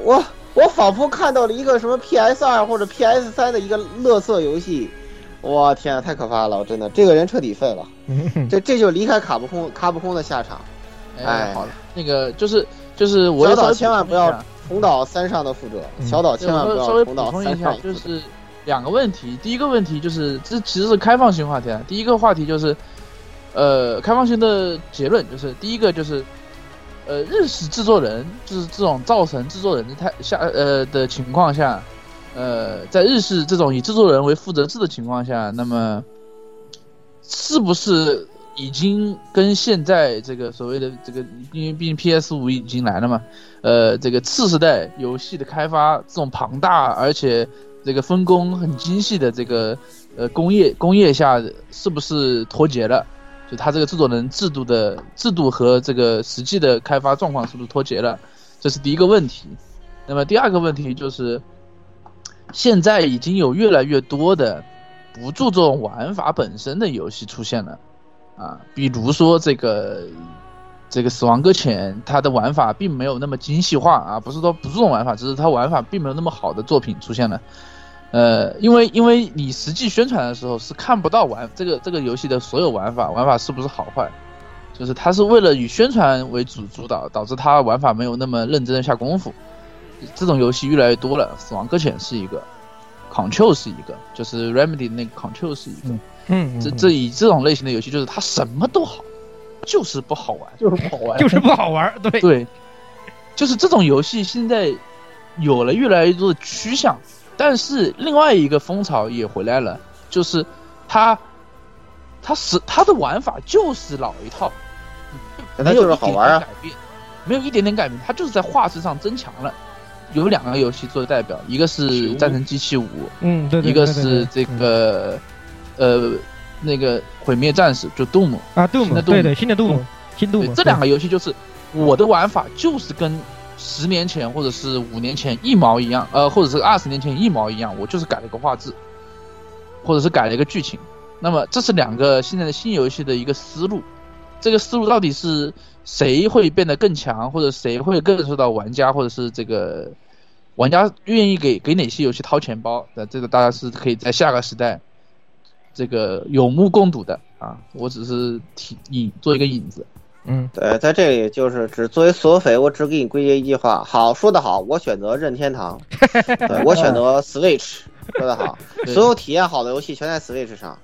我仿佛看到了一个什么 PS2 或者 PS3的一个垃圾游戏，我天啊，太可怕了！真的，这个人彻底废了，这就离开卡普空的下场。哎， 好了，那个就是我小岛千万不要重蹈三上的覆辙，小岛千万不要重蹈三上。 就是两个问题，第一个问题就是这其实是开放性话题啊。第一个话题就是，开放性的结论就是第一个就是。日式制作人就是这种造成制作人的情况下，在日式这种以制作人为负责制的情况下，那么是不是已经跟现在这个所谓的这个，因为毕竟 PS5 已经来了嘛，这个次世代游戏的开发这种庞大而且这个分工很精细的这个工业下，是不是脱节了？就他这个制作人制度和这个实际的开发状况是不是脱节了？这是第一个问题。那么第二个问题就是，现在已经有越来越多的不注重玩法本身的游戏出现了，啊，比如说这个死亡搁浅，它的玩法并没有那么精细化啊，不是说不注重玩法，只是它玩法并没有那么好的作品出现了。因为你实际宣传的时候是看不到这个游戏的所有玩法是不是好坏，就是它是为了以宣传为主导，导致它玩法没有那么认真的下功夫。这种游戏越来越多了，死亡搁浅是一个 ，Control 是一个，就是 Remedy 那个 Control 是一个。这以这种类型的游戏，就是它什么都好，就是不好玩， 就是不好玩， 就是不好玩。 对，就是这种游戏现在有了越来越多的趋向。但是另外一个风潮也回来了，就是它的玩法就是老一套， 它就是好玩啊， 没有一点点改变，它就是在画质上增强了。有两个游戏做代表，一个是《战争机器5》， 对， 一个是这个那个毁灭战士，就 Doom 啊 ，Doom 对新的 Doom， 这两个游戏就是我的玩法就是跟10年前或者是5年前一毛一样，或者是20年前一毛一样，我就是改了个画质，或者是改了一个剧情。那么这是两个现在的新游戏的一个思路，这个思路到底是谁会变得更强，或者谁会更受到玩家或者是这个玩家愿意给哪些游戏掏钱包？那这个大家是可以在下个时代这个有目共睹的啊！我只是做一个引子。 对，在这里就是作为索匪，我只给你归结一句话：好，说得好，我选择任天堂，对，我选择 Switch， 说得好，所有体验好的游戏全在 Switch 上，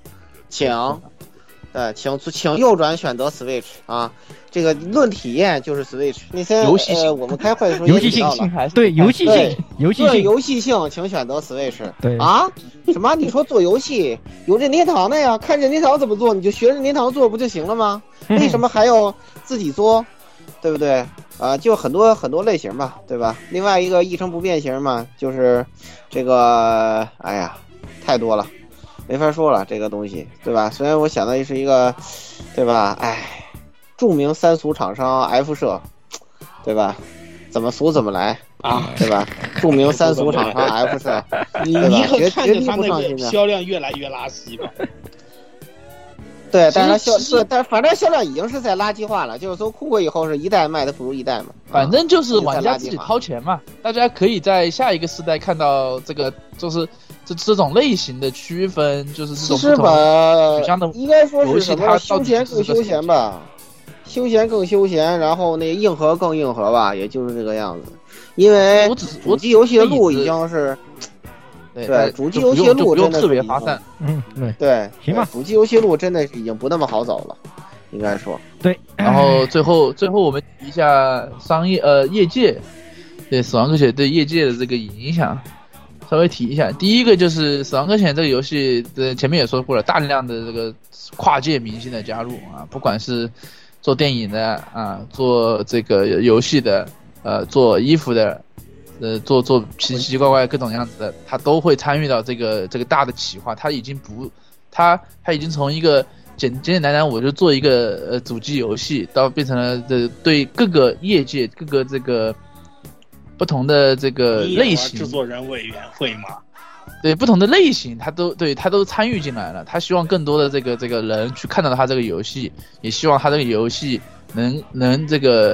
请右转选择 Switch 啊！这个论体验就是 Switch。那些游戏性， 我们开会的时候游戏性对游戏性，请选择 Switch。 对啊，什么？你说做游戏有任天堂的呀？看任天堂怎么做，你就学任天堂做不就行了吗？为什么还要自己做？对不对？就很多类型嘛，对吧？另外一个一成不变型嘛，就是这个，哎呀，太多了。没法说了，这个东西，对吧？虽然我想到是一个，对吧？哎，著名三俗厂商 F 社，对吧？怎么俗怎么来啊，对吧？著名三俗厂商 F 社， 你可看着他那个销量越来越垃圾吧？ 对，但是反正销量已经是在垃圾化了，就是从酷过以后是一代卖的不如一代嘛。 反正就是玩家自己掏钱嘛，大家可以在下一个时代看到这个就是这种类型的区分，就是这种不同取向的应该说是什么休闲更休闲吧，休闲更休闲，然后那硬核更硬核吧，也就是这个样子。因为主机游戏的路已经是。对，主机游戏路真的特别发散。 对， 行吧。 主机游戏路真的是已经不那么好走了，应该说。 对。 然后最后我们提一下业界对死亡搁浅对业界的这个影响，稍微提一下。第一个就是死亡搁浅这个游戏的前面也说过了，大量的这个跨界明星的加入啊，不管是做电影的啊，做这个游戏的，做衣服的。做奇奇怪怪各种样子的，他都会参与到这个大的企划。他已经从一个简单我就做一个主机游戏，到变成了对各个业界各个这个不同的这个类型制作人委员会嘛， 对不同的类型，他都参与进来了。他希望更多的这个人去看到他这个游戏，也希望他这个游戏能这个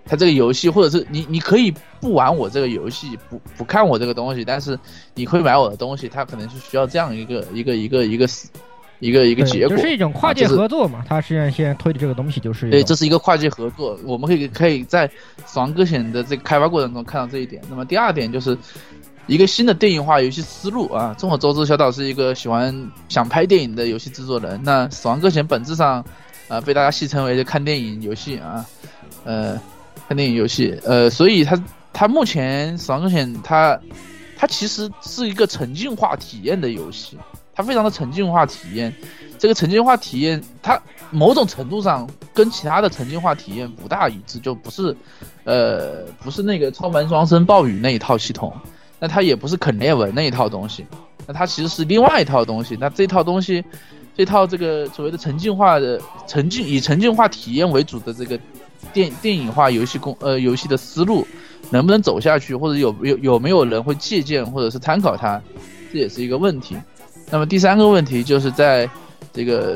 它这个游戏，或者是你可以不玩我这个游戏，不看我这个东西，但是你会买我的东西，它可能是需要这样一个结果， 就是一种跨界合作嘛。它实际上现在推的这个东西就是对，这是一个跨界合作，我们可以在《死亡搁浅》的这个开发过程中看到这一点。那么第二点就是一个新的电影化游戏思路啊。众所周知，小岛是一个想拍电影的游戏制作人。那《死亡搁浅》本质上被大家戏称为看电影游戏啊，看电影游戏，所以它目前《死亡搁浅》它其实是一个沉浸化体验的游戏，它非常的沉浸化体验。这个沉浸化体验，它某种程度上跟其他的沉浸化体验不大一致，就不是那个超凡双生暴雨那一套系统，那它也不是肯列文那一套东西，那它其实是另外一套东西。那这套东西，这套这个所谓的以沉浸化体验为主的这个电影化游戏的思路能不能走下去，或者有没有人会借鉴或者是参考它，这也是一个问题。那么第三个问题就是在这个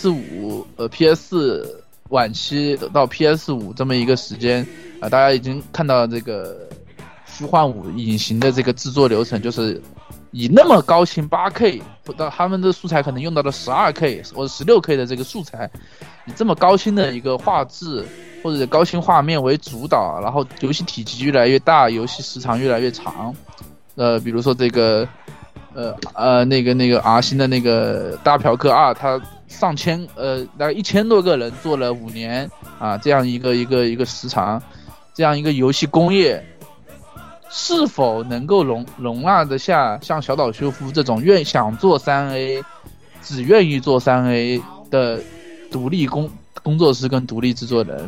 PS4 晚期到 PS5 这么一个时间大家已经看到这个虚幻5隐形的这个制作流程，就是以那么高清 8K 到他们的素材可能用到了 12K 或者 16K 的这个素材，以这么高清的一个画质或者高清画面为主导，然后游戏体积越来越大，游戏时长越来越长。比如说这个那个 R 星的那个大嫖客2，它上千大概1000多个人做了5年啊，这样一个时长，这样一个游戏工业是否能够容纳得下像小岛秀夫这种想做 3A 只愿意做 3A 的独立工作室跟独立制作人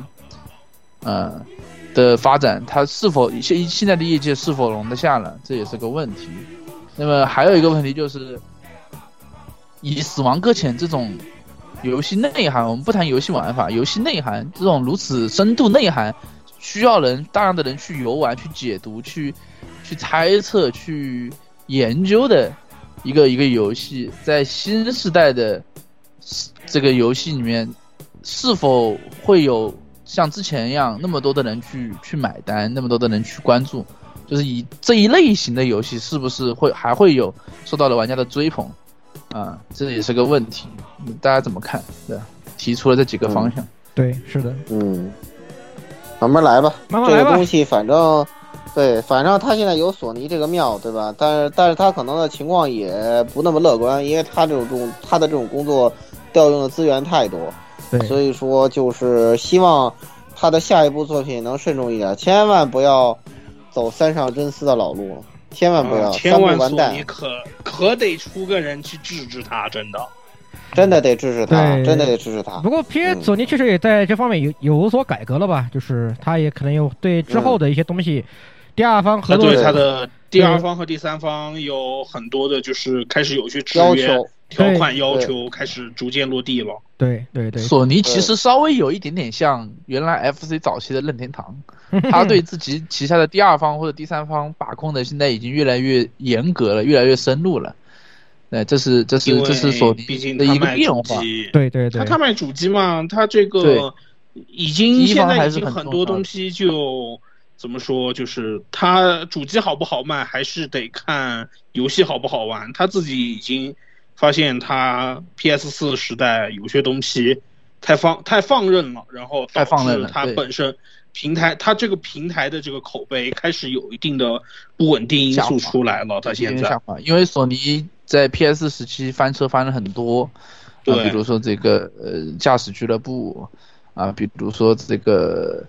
的发展，它是否现在的业界是否容得下了，这也是个问题。那么还有一个问题就是，以死亡搁浅这种游戏内涵，我们不谈游戏玩法，游戏内涵这种如此深度内涵，需要大量的人去游玩、去解读、去猜测、去研究的一个游戏，在新时代的这个游戏里面，是否会有像之前一样那么多的人去买单，那么多的人去关注？就是以这一类型的游戏是不是还会有受到了玩家的追捧啊？这也是个问题，大家怎么看？对，提出了这几个方向。 对，是的， 慢慢来吧。 慢慢来吧。 这个东西反正他现在有索尼这个庙，对吧？但是他可能的情况也不那么乐观，因为他的这种工作调用的资源太多， 对， 所以说就是希望他的下一部作品能慎重一点，千万不要走三上真司的老路，千万不要， 千万完蛋！ 索尼可得出个人去制止他，真的得支持他，真的得支持他。 不过索尼确实也在这方面有所改革了吧？就是他也可能有对之后的一些东西，第二方合作， 对他的第二方和第三方有很多的，就是开始有些制约条款要求开始逐渐落地了。 对， 索尼其实稍微有一点点像原来 FC 早期的任天堂，他对自己旗下的第二方或者第三方把控的现在已经越来越严格了，越来越深入了。这是索尼的一个变化。 对， 他卖主机嘛，他这个现在已经很多东西就怎么说，就是他主机好不好卖，还是得看游戏好不好玩。他自己已经发现他 PS4 时代有些东西太放任了，然后导致他本身他这个平台的这个口碑开始有一定的不稳定因素出来了。他现在因为索尼在 PS 时期翻车翻了很多，比如说这个驾驶俱乐部啊，比如说这个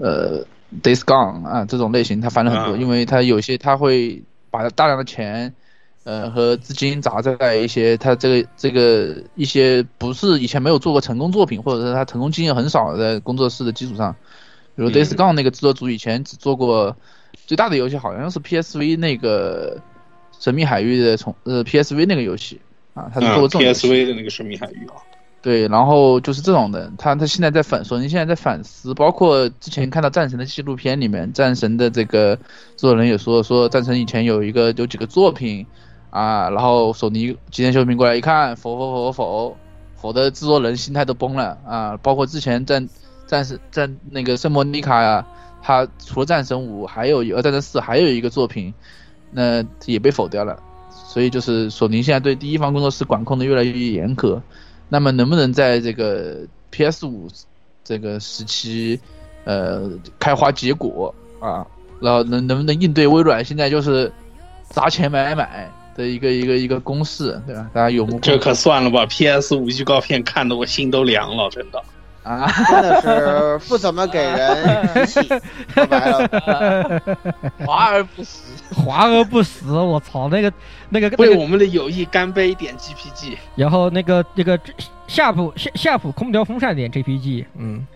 Days Gone 啊这种类型，它翻了很多，因为它有些它会把大量的钱和资金砸在一些它这个一些不是以前没有做过成功作品，或者是它成功经验很少的工作室的基础上，比如 Days Gone 那个制作组以前只做过最大的游戏，好像是 PSV 那个神秘海域的PSV 那个游戏啊，他是做这种 PSV 的那个神秘海域啊。 对，然后就是这种的，他现在索尼现在在反思，包括之前看到战神的纪录片里面，战神的这个制作人也说战神以前有几个作品啊，然后索尼吉田秀明过来一看，否的制作人心态都崩了啊，包括之前战那个圣莫妮卡呀， 它除了战神5，还有战神4，还有一个作品，那也被否掉了。所以就是索尼现在对第一方工作室管控的越来越严苛。那么能不能在这个 PS5 这个时期，开花结果啊？然后能不能应对微软现在就是砸钱买的一个公式，对吧？大家有目共睹。 这可算了吧 ，PS5 预告片看得我心都凉了，真的。 啊，真的是不怎么给人提气，说白了， 华而不实， 华而不实，我操，那个为我们的友谊干杯点 GPG， 然后那个夏普空调风扇点 GPG，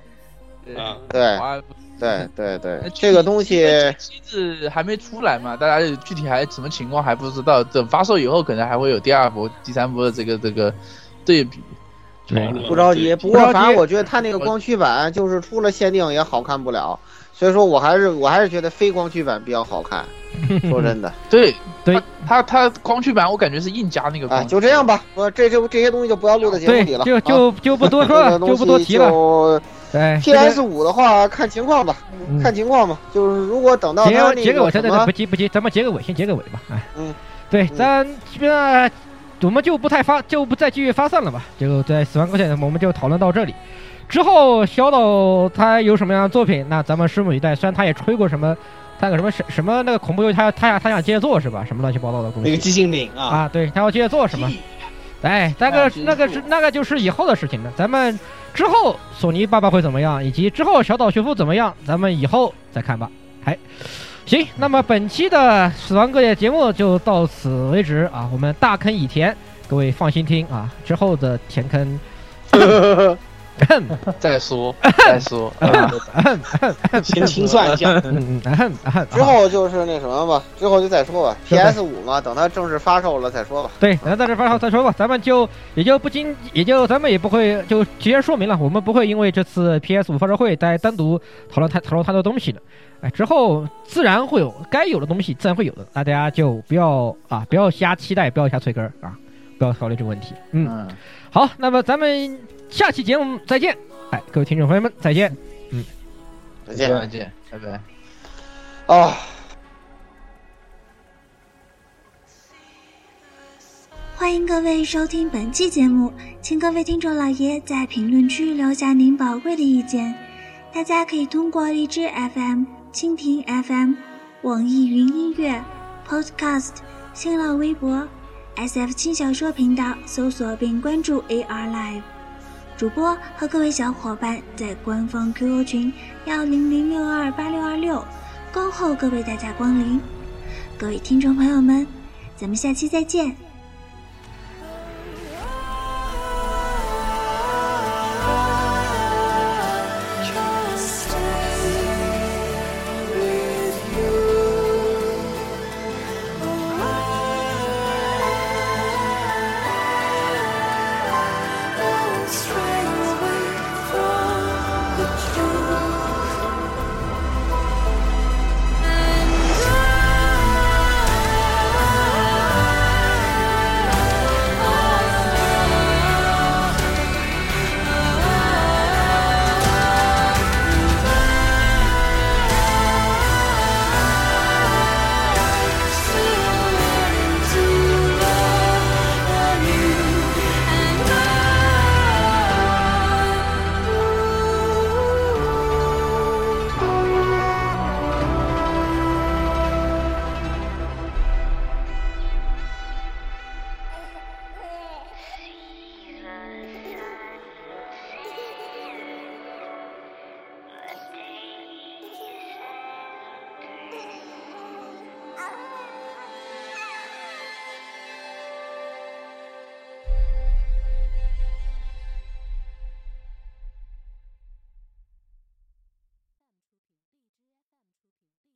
对，这个东西机制还没出来嘛，大家具体还什么情况还不知道，等发售以后可能还会有第2波、第3波的这个对比。 不着急，不过反正我觉得它那个光驱版就是出了限定也好看不了，所以说我还是觉得非光驱版比较好看。说真的， 对，它光驱版我感觉是硬加那个光驱。 就这样吧，这些东西就不要录在节目里了， 就不多说了，就不多提了。对 PS5 的话看情况吧，看情况吧，就是如果等到它那个什么， 不急，咱们结个尾，先结个尾吧。对，咱基本上。我们就不再继续发散了吧，就在死亡搁浅我们就讨论到这里。之后小岛他有什么样的作品，那咱们拭目以待。虽然他也吹过什么，他有什么那个恐怖游戏，他想接着做是吧？什么乱七八糟的东西。 那个寂静岭啊， 对，他要接着做什么？哎，那个就是以后的事情了。咱们之后索尼爸爸会怎么样，以及之后小岛学夫怎么样，咱们以后再看吧。行，那么本期的死亡搁浅节目就到此为止啊，我们大坑已填，各位放心听啊，之后的填坑再说， 先清算一下。 之后就是那什么吧，之后就再说吧。PS5 嘛，等它正式发售了再说吧。 对，等它正式发售再说吧。咱们咱们也不会就直接说明了，我们不会因为这次 PS5 发售会再单独讨论太多东西了。之后自然会有该有的东西，自然会有的，大家就不要瞎期待，不要瞎催根啊，不要考虑这个问题。好，那么咱们下期节目再见，各位听众朋友们再见。 再见， 拜拜。 欢迎各位收听本期节目，请各位听众老爷在评论区留下您宝贵的意见。大家可以通过荔枝 FM、蜻蜓 FM、网易云音乐、Podcast、新浪微博、SF 轻小说频道搜索并关注 AR Live。主播和各位小伙伴在官方 QQ 群100628626恭候各位大驾光临。各位听众朋友们，咱们下期再见。